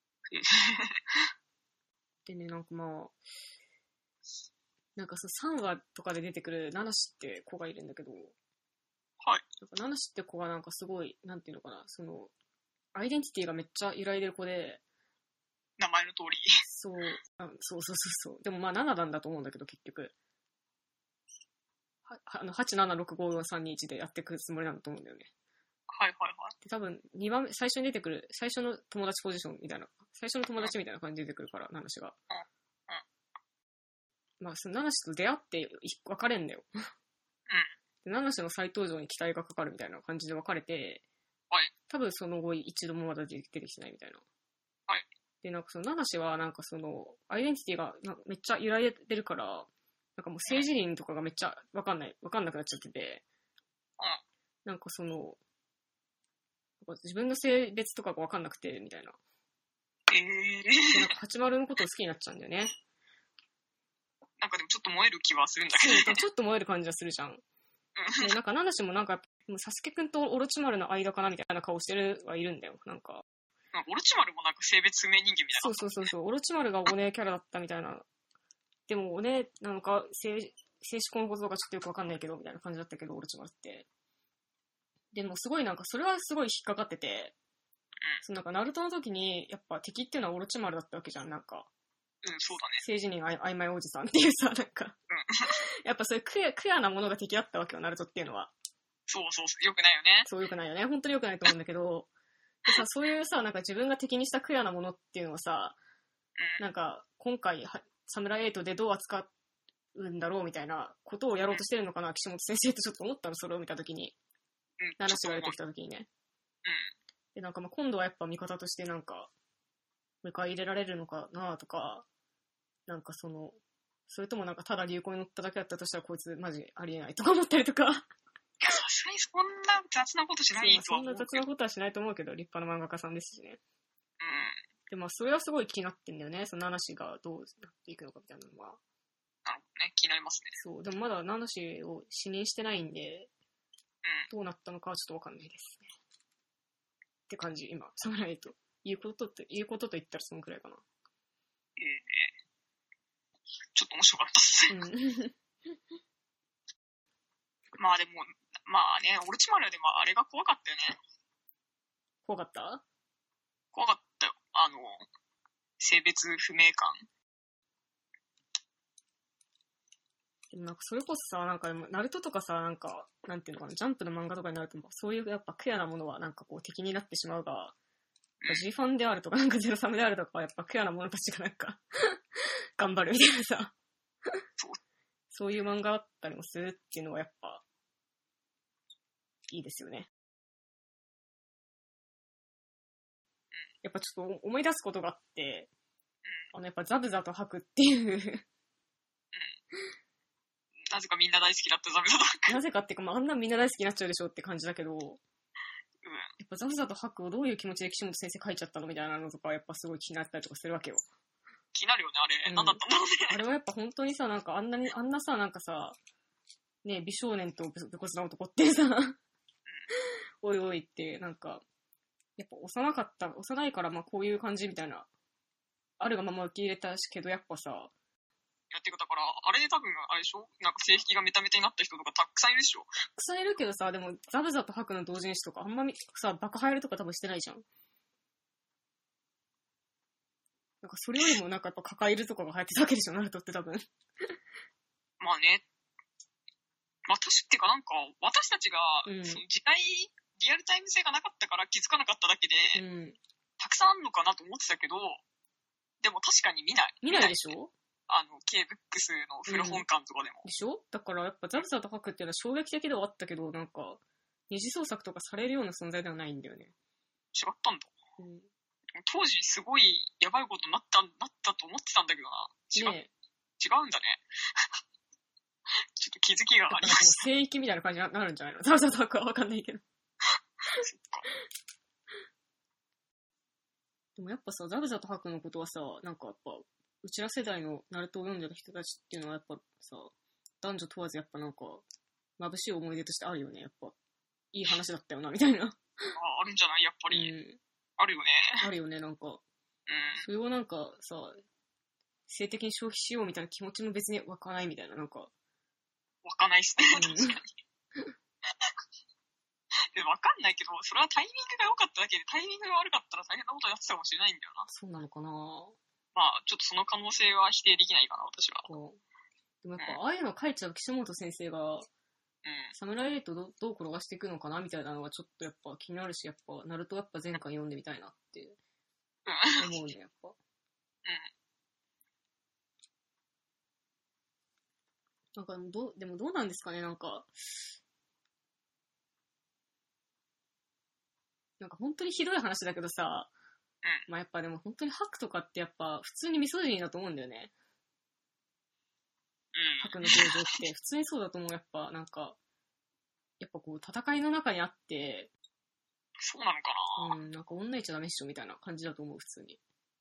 でね、なんかまあ、なんかそうさんわとかで出てくるナナシって子がいるんだけど、 はい。 なんかナナシって子がなんかすごい、なんていうのかな、その、アイデンティティがめっちゃ揺らいでる子で、 名前の通り。 そう、あそうそうそうそう。でもまあなななんだと思うんだけど、結局。は、あの、はちななろくごよんさんにいちでやっていくつもりなんだと思うんだよね。 はいはいはい。 で、多分、にばんめ、最初に出てくる、最初の友達ポジションみたいな、最初の友達みたいな感じで出てくるから、ナナシが。 うん。うん。 まあ、そのナナシと出会って別れんだよ。 うん。 で、ナナシの再登場に期待がかかるみたいな感じで別れて、 はい。 多分その後一度もまだ出てきてないみたいな。 はい。 で、なんかそのナナシはなんかその、アイデンティティがめっちゃ揺らいでるから、なんかもう政治人とかがめっちゃわかんない、わかんなくなっちゃってて、 うん。 なんかその、自分の性別とかがわかんなくて、みたいな。 えで、 ー。 なんか、はちまるのことを好きになっちゃうんだよね。 なんかでもちょっと燃える気はするんだけど。 そう、ちょっと燃える感じはするじゃん。で、なんか、ナナシもなんか、サスケくんとオロチマルの間かなみたいな顔してるはいるんだよ、なんか。 オロチマルもなんか性別不明人間みたいな。 そうそうそうそう、オロチマルがお姉キャラだったみたいな。でも、お姉なのか、性、性思考のことがちょっとよくわかんないけど、みたいな感じだったけど、オロチマルって。でも、すごいなんか、それはすごい引っかかってて、そのなんか、ナルトの時に、やっぱ敵っていうのはオロチマルだったわけじゃん、なんか。 うん、そうだね。 政治人あい曖昧おじさんっていうさ、なんか、うん、やっぱそういうクヤ、クヤなものが敵だったわけよ、ナルトっていうのは。 そうそうそう、よくないよね。 そう、よくないよね。本当によくないと思うんだけど、でさ、そういうさ、なんか自分が敵にしたクヤなものっていうのをさ、うん、なんか、今回、サムライエイトでどう扱うんだろうみたいなことをやろうとしてるのかな、うん、岸本先生とちょっと思ったの、それを見たときに。うん、ナナシが出てきたときにね。うん。で、なんかまあ今度はやっぱ味方としてなんか、迎え入れられるのかなとか、なんかその、それともなんかただ流行に乗っただけだったとしたらこいつマジありえないとか思ったりとか。 さすがにそんな雑なことしないとは思うけど。 そんな雑なことはしないと思うけど、立派な漫画家さんですしね。 うん。 でもそれはすごい気になってんだよね。そのナナシがどうなっていくのかみたいなのは。 なるほどね。気になりますね。 そう。でもまだナナシを視認してないんで、うん、どうなったのかはちょっとわかんないですね。って感じ、今。サムライと。言うことって、言うことと言ったらそのくらいかな。 ええー。ちょっと面白かったっす。うん。まあでも、まあね、オルチマルでもあれが怖かったよね。 怖かった? 怖かったよ。あの、性別不明感。 でもなんかそれこそさ、なんかナルトとかさ、なんか、なんていうのかな、ジャンプの漫画とかになると、そういうやっぱクヤなものはなんかこう敵になってしまうが、うん、G ファンであるとか、なんかゼロサムであるとかはやっぱクヤなものたちがなんか、頑張るみたいなさ、 そう。 そういう漫画だったりもするっていうのはやっぱ、いいですよね。やっぱちょっと思い出すことがあって、あのやっぱザブザと吐くっていうなぜかみんな大好きだったザブザと吐く。 なぜかっていうか、まあ、あんなみんな大好きになっちゃうでしょって感じだけど、うん、やっぱザブザと吐くをどういう気持ちで岸本先生書いちゃったのみたいなのとかやっぱすごい気になったりとかするわけよ。 気になるよね、あれ。うん、何だったんだろうね。 あれはやっぱ本当にさ、なんかあんなに、あんなさ、なんかさ、ね、美少年と武骨な男ってさ、おいおいって、なんか、やっぱ幼かった、幼いからまあこういう感じみたいな、あるがまま受け入れたけど、やっぱさ、 やってくだから、あれで多分、あれでしょなんか性癖がメタメタになった人とかたくさんいるでしょたくさんいるけどさ、でも、ザブザと吐くの同人誌とか、あんまみさ、バカ入るとか多分してないじゃん。なんかそれよりもなんかやっぱ抱えるとかが流行ってたわけでしょ、ナルトって多分。 まあね。私ってかなんか、私たちが、うん、その時代、リアルタイム性がなかったから気づかなかっただけで、うん、たくさんあるのかなと思ってたけど、でも確かに見ない。 見ないでしょ? あの、K-ブックスの古本館とかでも。 うん、でしょ?だからやっぱザブザと吐くっていうのは衝撃的ではあったけど、なんか、二次創作とかされるような存在ではないんだよね。 違ったんだ。うん、当時すごいやばいことになった、なったと思ってたんだけどな。違う。ね、違うんだね。ちょっと気づきがありました。 聖域みたいな感じになるんじゃないの?ザブザと吐くはわかんないけど。そっか。でもやっぱさ、ザブザと吐くのことはさ、なんかやっぱ、うちら世代のナルトを読んでた人たちっていうのはやっぱさ、男女問わずやっぱなんか、眩しい思い出としてあるよね、やっぱ。いい話だったよな、みたいな。 あ、あるんじゃないやっぱり。うん、あるよね。 あるよね、なんか。うん。それをなんかさ、性的に消費しようみたいな気持ちも別に湧かないみたいな、なんか。 湧かないっすね、うん、確かに。でわかんないけど、それはタイミングが良かっただけで、タイミングが悪かったら大変なことやってたかもしれないんだよな。 そうなのかな。 まあ、ちょっとその可能性は否定できないかな、私は。 でもやっぱ、うん、ああいうの書いちゃう岸本先生が、うん、サムライエイトどどう転がしていくのかなみたいなのがちょっとやっぱ気になるし、やっぱ、ナルトやっぱ前回読んでみたいなって思うね、やっぱ。うん。なんかど、でもどうなんですかね、なんか、なんか本当にひどい話だけどさ、うん、まあやっぱでも本当にハクとかってやっぱ普通にミソジニーだと思うんだよね。 うん、 ハクの登場って普通にそうだと思う。やっぱなんか、やっぱこう戦いの中にあって、 そうなのかな。うん、なんか女いちゃダメっしょみたいな感じだと思う、普通に。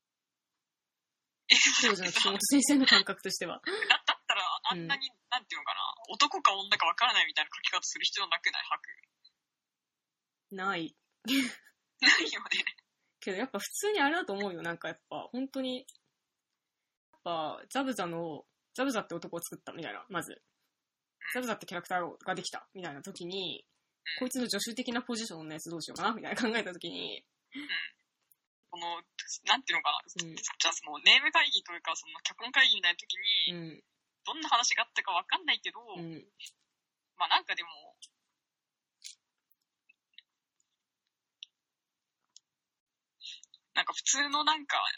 当時の岸本先生の感覚としては。 だ, だったらあんなに、うん、なんていうのかな、男か女か分からないみたいな書き方する必要なくない、ハク。 ない。 ないよね。 けどやっぱ普通にあれだと思うよ。なんかやっぱ本当に、やっぱザブザの、ザブザって男を作ったみたいな、まず。ザブザってキャラクターができたみたいな時に、うん、こいつの助手的なポジションのやつどうしようかなみたいな考えた時に、 うん、この、なんていうのかな、うん、じゃあそのネーム会議というか、その脚本会議みたいな時に、うん、どんな話があったかわかんないけど、うん、まあなんかでも、なんか普通のなんか、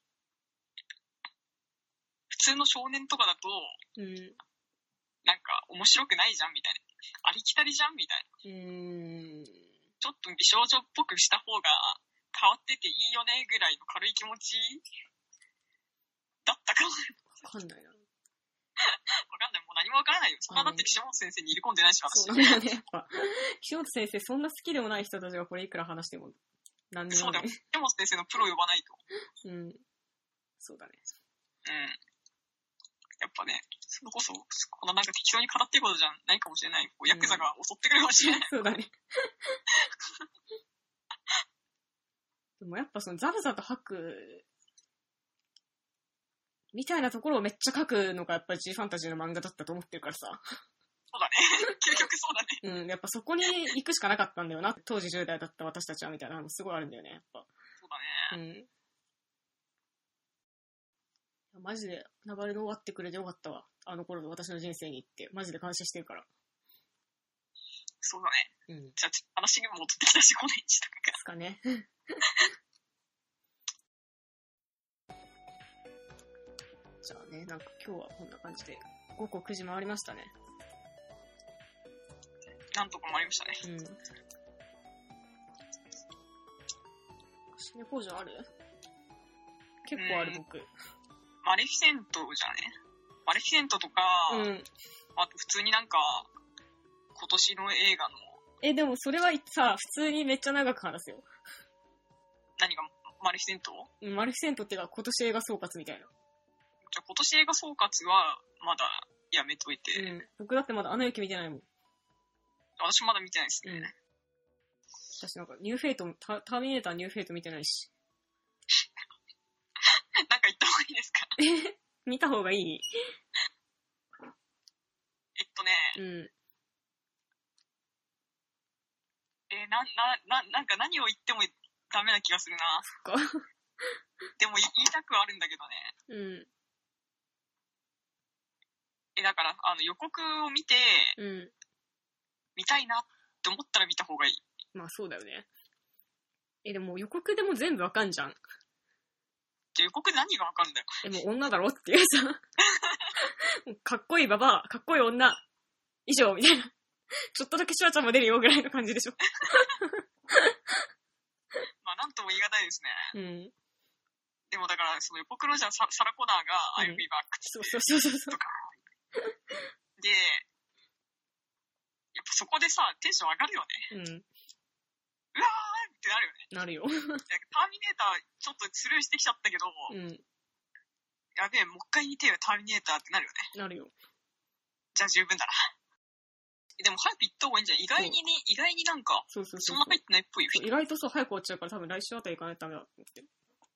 普通の少年とかだと、うん、なんか面白くないじゃんみたいな。ありきたりじゃんみたいな。うーん、ちょっと美少女っぽくした方が変わってていいよねぐらいの軽い気持ちだったかも。 わかんないな。わかんない。もう何もわからないよ。そんなだって岸本先生に入れ込んでないし、 私。そうなんだね、やっぱ。岸本先生、そんな好きでもない人たちがこれいくら話しても、なんでもない。 そうだよ。岸本先生のプロ呼ばないと。 うん。そうだね。 うん。やっぱね、それこそ、このなんか適当に語ってることじゃないかもしれない。こうヤクザが襲ってくるかもしれない。 うん、そうだね。でもやっぱそのザブザとハクみたいなところをめっちゃ書くのがやっぱり G ファンタジーの漫画だったと思ってるからさ。 そうだね。究極そうだね。うん、やっぱそこに行くしかなかったんだよな。当時じゅう代だった私たちはみたいなのすごいあるんだよね、やっぱ。 そうだね。 うん。マジで、ナバレで終わってくれてよかったわ。あの頃の私の人生にって、マジで感謝してるから。 そうだね。うん。じゃあ、話にも戻ってきたし、ごねんしたか。 ですかね。じゃあね、なんか今日はこんな感じで、午後くじ回りましたね。 なんとか回りましたね。うん。 シネ工場ある？結構ある、僕。 マレフィセントじゃね。マレフィセントとか、うん、あと普通になんか、今年の映画の。 え、でもそれはさ、普通にめっちゃ長く話すよ。 何が、マレフィセント？ マレフィセントっていうか今年映画総括みたいな。 じゃあ今年映画総括はまだやめといて。 うん。僕だってまだアナ雪見てないもん。 私まだ見てないですね。うん、 私なんかニューフェイト、タ, ターミネーターニューフェイト見てないし。 なんか言った方がいいですか？ 見た方がいい？ えっとね。うん。えー、な、な、な、なんか何を言ってもダメな気がするな。そっか。でも言いたくはあるんだけどね。うん。え、だから、あの予告を見て、うん。見たいなって思ったら見た方がいい。 まあそうだよね。え、でも予告でも全部わかんじゃん。 じゃあ予告で何がわかるんだよ。 え、もう女だろっていうさ。かっこいいババア、かっこいい女、以上みたいな。ちょっとだけシュワちゃんも出るよぐらいの感じでしょ。 まあなんとも言い難いですね。うん。でもだから、その予告のじゃあサラコナーが I'll be back って、 そうそうそうそうそう。 で、やっぱそこでさ、テンション上がるよね。うん。うわーってなるよね。 なるよ。 ターミネーターちょっとスルーしてきちゃったけど、うん。やべえ、もう一回見てよ、ターミネーターってなるよね。 なるよ。 じゃあ十分だな。 でも早く行った方がいいんじゃない？意外にね、意外になんか、そうそうそう。そんな入ってないっぽいよ。 意外とそう、早く終わっちゃうから多分来週あたり行かないとダメだと思って。 うん。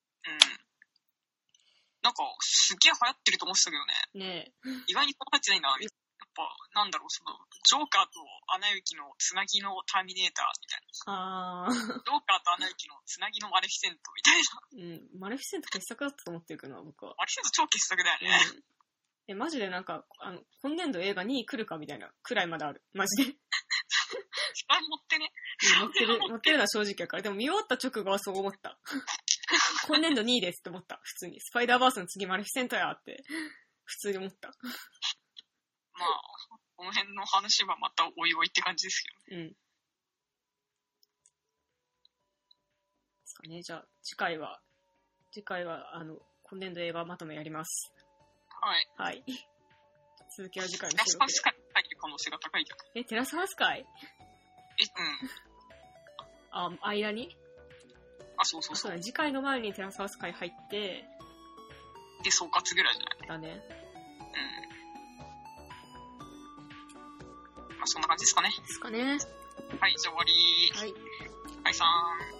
なんか、すげえ流行ってると思ってたけどね。ねえ。意外にそんな入ってないな。やっぱ、なんだろう、その、ジョーカーとアナ雪のつなぎのターミネーターみたいな。あー。ジョーカーとアナ雪のつなぎのマレフィセントみたいな。うん。マレフィセント傑作だったと思ってるけどな、僕は。 マレフィセント超傑作だよね。うんえ、マジでなんか、あの、今年度映画に来るかみたいなくらいまである。マジで。 それ持ってね。 持ってる、持ってるのは正直やから。でも見終わった直後はそう思った。今年度にいですって思った。普通に。スパイダーバースの次マレフィセントやって、普通に思った。 まあ、この辺の話はまたおいおいって感じですけどね。うん。 ですかね。じゃあ、次回は、次回は、あの、今年度映画まとめやります。 はい。 はい。続きは次回の収録で。テラスハウス会に入る可能性が高いけど。 え、テラスハウス会？ え、うん。 あ、間に？ あ、そうそうそう。 そうだね。次回の前にテラスハウス会入って、 で、総括ぐらいじゃない？ だね。 うん。まあ、そんな感じですかね。 ですかね。 はい、じゃあ終わり。 はい。 はい、さーん。